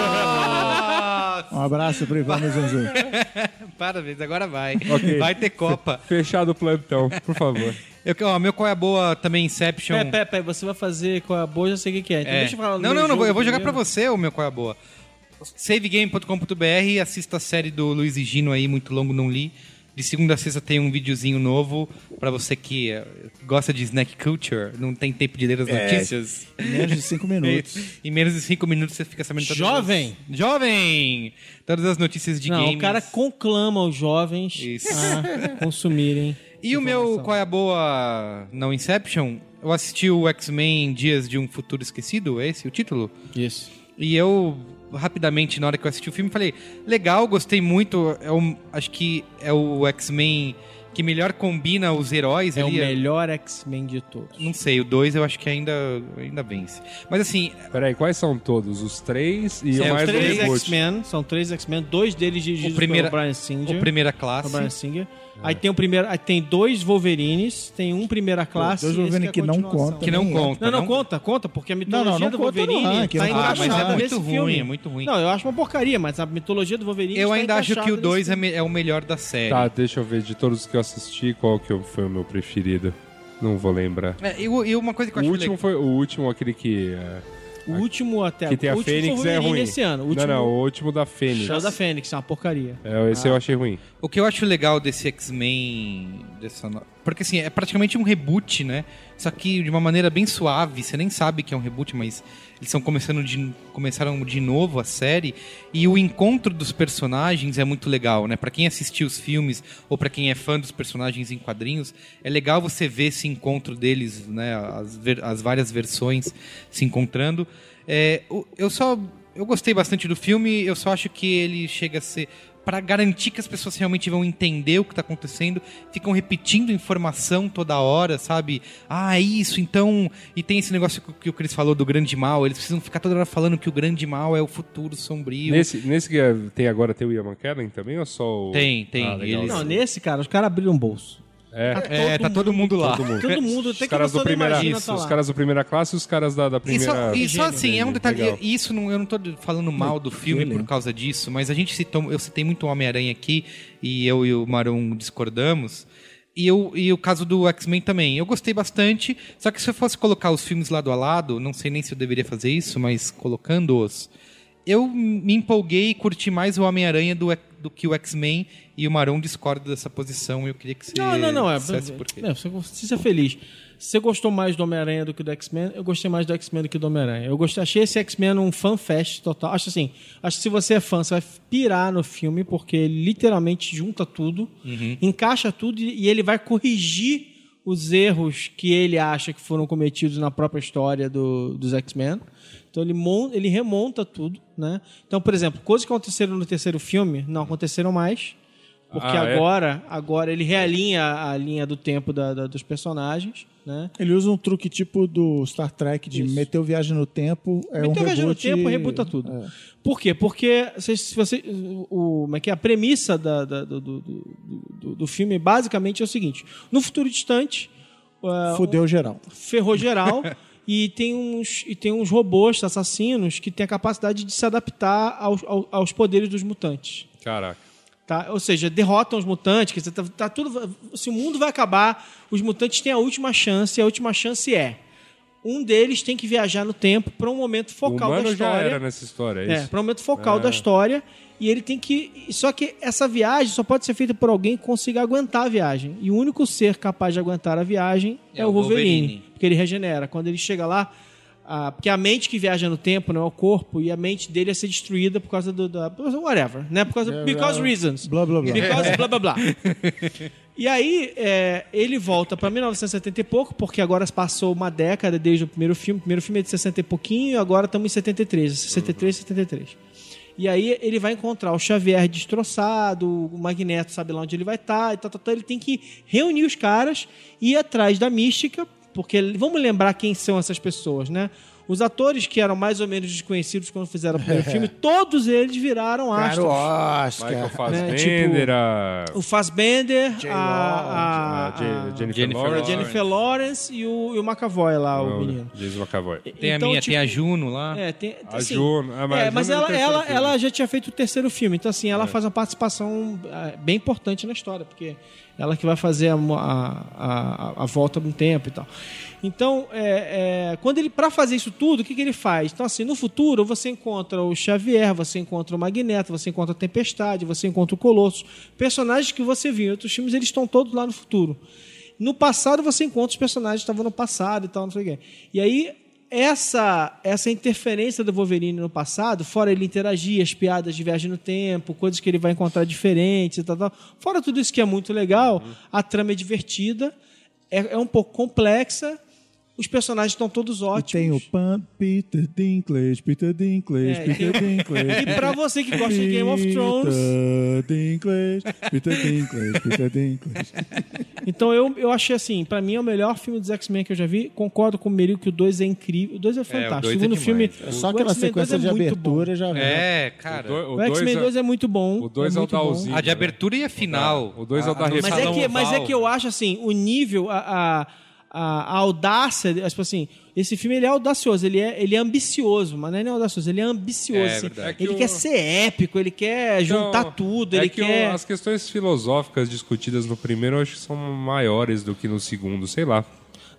Um abraço pro Ivan Mizanzu. Parabéns, agora vai. Ok. Vai ter Copa. Fechado o plantão, por favor. Meu qual é a boa também, Inception. Pé, você vai fazer com a boa, eu já sei o que é. Então deixa eu falar do Não, meu eu vou jogo jogar pra primeiro. você o meu qual é a boa. Savegame.com.br, assista a série do Luiz e Gino aí, muito longo, não li. De segunda a sexta tem um videozinho novo pra você que gosta de snack culture, não tem tempo de ler as notícias. Menos de 5 minutos. Em menos de 5 minutos você fica sabendo todas Jovem! Jovem! Todas as notícias de Não, games. o cara conclama os jovens Isso. a consumirem. E o meu qual é a boa não Inception? Eu assisti o X-Men Dias de um Futuro Esquecido, é esse o título? Isso. E eu, rapidamente, na hora que eu assisti o filme, falei, legal, gostei muito, acho que é o X-Men que melhor combina os heróis É o ali. melhor X-Men de todos. Não sei, o 2 eu acho que ainda vence. Mas assim, Peraí, quais são todos? Os 3 e São mais do três reboot? X-Men, são 3 X-Men, 2 deles dirigidos pelo Bryan Singer. o Primeira Classe. O Bryan Singer. Aí tem aí tem 2 Wolverines, tem um Primeira Classe. Dois e esse Wolverine que é a não continuação. conta. Que não nem conta. Não, conta, porque a mitologia não do conta no Wolverine ranking, tá não conta. mas é encaixada muito nesse ruim, filme. é muito ruim. Não, eu acho uma porcaria, mas a mitologia do Wolverine Eu está ainda acho que o encaixada 2 nesse filme. é o melhor da série. Tá, deixa eu ver. De todos os que eu assisti, qual que foi o meu preferido? Não vou lembrar. E uma coisa que eu O acho último foi o último, aquele que... O último até que tem a o último Fênix foi o é Wolverine ruim. esse ano. O último, Não, o último da Fênix. Show da Fênix, é uma porcaria. Esse eu achei ruim. O que eu acho legal desse X-Men, Porque, assim, é praticamente um reboot, né? Só que de uma maneira bem suave. Você nem sabe que é um reboot, mas eles começaram de novo a série. E o encontro dos personagens é muito legal, né? Pra quem assistiu os filmes ou pra quem é fã dos personagens em quadrinhos, é legal você ver esse encontro deles, né? As várias versões se encontrando. Eu gostei bastante do filme, eu só acho que ele chega a ser... Para garantir que as pessoas realmente vão entender o que está acontecendo, ficam repetindo informação toda hora, sabe? Ah, é isso, então... E tem esse negócio que o Chris falou do grande mal, eles precisam ficar toda hora falando que o grande mal é o futuro sombrio. Nesse que tem o Ian McKellen também ou só o... Tem. Não, nesse, cara, os caras abriram um bolso. Tá todo mundo lá. Todo mundo, até os caras do primeira, os caras da primeira classe e os caras da primeira... E só assim, é um detalhe... Legal. Isso eu não tô falando mal do filme por causa disso, mas eu citei muito o Homem-Aranha aqui, e eu e o Maron discordamos, e o caso do X-Men também. Eu gostei bastante, só que se eu fosse colocar os filmes lado a lado, não sei nem se eu deveria fazer isso, mas colocando-os, eu me empolguei e curti mais o Homem-Aranha do que o X-Men, e o Maron discorda dessa posição, e eu queria que você dissesse por quê. Você seja feliz. Se você gostou mais do Homem-Aranha do que do X-Men, eu gostei mais do X-Men do que do Homem-Aranha. Achei esse X-Men um fanfest total. Acho que se você é fã, você vai pirar no filme, porque ele literalmente junta tudo, encaixa tudo, e ele vai corrigir os erros que ele acha que foram cometidos na própria história dos X-Men. Então ele remonta tudo, né? Então, por exemplo, coisas que aconteceram no terceiro filme não aconteceram mais, porque agora ele realinha a linha do tempo dos personagens, né? Ele usa um truque tipo do Star Trek de meter o viagem no tempo, meter o viagem no tempo e rebuta tudo. Por quê? Porque a premissa do filme basicamente é o seguinte: no futuro distante, ferrou geral. E tem uns robôs assassinos que têm a capacidade de se adaptar aos poderes dos mutantes. Caraca. Tá? Ou seja, derrotam os mutantes. Que tá tudo, se o mundo vai acabar, os mutantes têm a última chance. E a última chance um deles tem que viajar no tempo para um momento focal da história. Já era nessa história, é isso? Para um momento focal da história. E ele tem que... Só que essa viagem só pode ser feita por alguém que consiga aguentar a viagem. E o único ser capaz de aguentar a viagem é o Wolverine. Porque ele regenera. Quando ele chega lá... porque a mente que viaja no tempo não é o corpo, e a mente dele é ser destruída por causa whatever, né? Because reasons. Blá, blá, blá. Because blá, blá, blá. E aí, ele volta para 1970 e pouco, porque agora passou uma década desde o primeiro filme. O primeiro filme é de 60 e pouquinho, e agora estamos em 73. 63, 73. E aí ele vai encontrar o Xavier destroçado, o Magneto sabe lá onde ele vai estar, e tal. Ele tem que reunir os caras e ir atrás da Mística, porque vamos lembrar quem são essas pessoas, né? Os atores que eram mais ou menos desconhecidos quando fizeram o primeiro filme, todos eles viraram astros. Michael Fassbender, o Fassbender, a Jennifer Lawrence e o McAvoy lá, o menino. Jason McAvoy. Tem a Juno lá. A Juno. Mas ela já tinha feito o terceiro filme, então assim, ela faz uma participação bem importante na história, porque ela que vai fazer a volta no tempo e tal. Então, para fazer isso tudo, o que ele faz? Então, assim, no futuro, você encontra o Xavier, você encontra o Magneto, você encontra a Tempestade, você encontra o Colosso. Personagens que você viu em outros filmes, eles estão todos lá no futuro. No passado, você encontra os personagens que estavam no passado e tal, não sei o quê. E aí, essa interferência do Wolverine no passado, fora ele interagir, as piadas de viagem no tempo, coisas que ele vai encontrar diferentes e tal, fora tudo isso que é muito legal, a trama é divertida, é um pouco complexa, os personagens estão todos ótimos. E tem o Peter Dinklage. E pra você que gosta de Game of Thrones... Peter Dinklage. Então eu achei assim, pra mim é o melhor filme dos X-Men que eu já vi. Concordo com o Merigo que o 2 é incrível. O 2 é fantástico. O segundo filme... Só aquela sequência de abertura já... Cara. O X-Men 2 é muito bom. O 2 é o Dalzinho. A de abertura e a final. O 2 é o da refeição. Mas é que eu acho assim, o nível... A audácia, tipo assim, esse filme ele é audacioso, ele é ambicioso, mas não é audacioso, ele é ambicioso. Assim. Ele quer ser épico, ele quer juntar tudo, ele quer... As questões filosóficas discutidas no primeiro eu acho que são maiores do que no segundo, sei lá.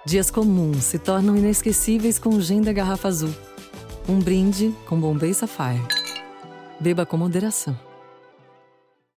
Dias comuns se tornam inesquecíveis com o Gin da garrafa azul. Um brinde com Bombay Sapphire. Beba com moderação.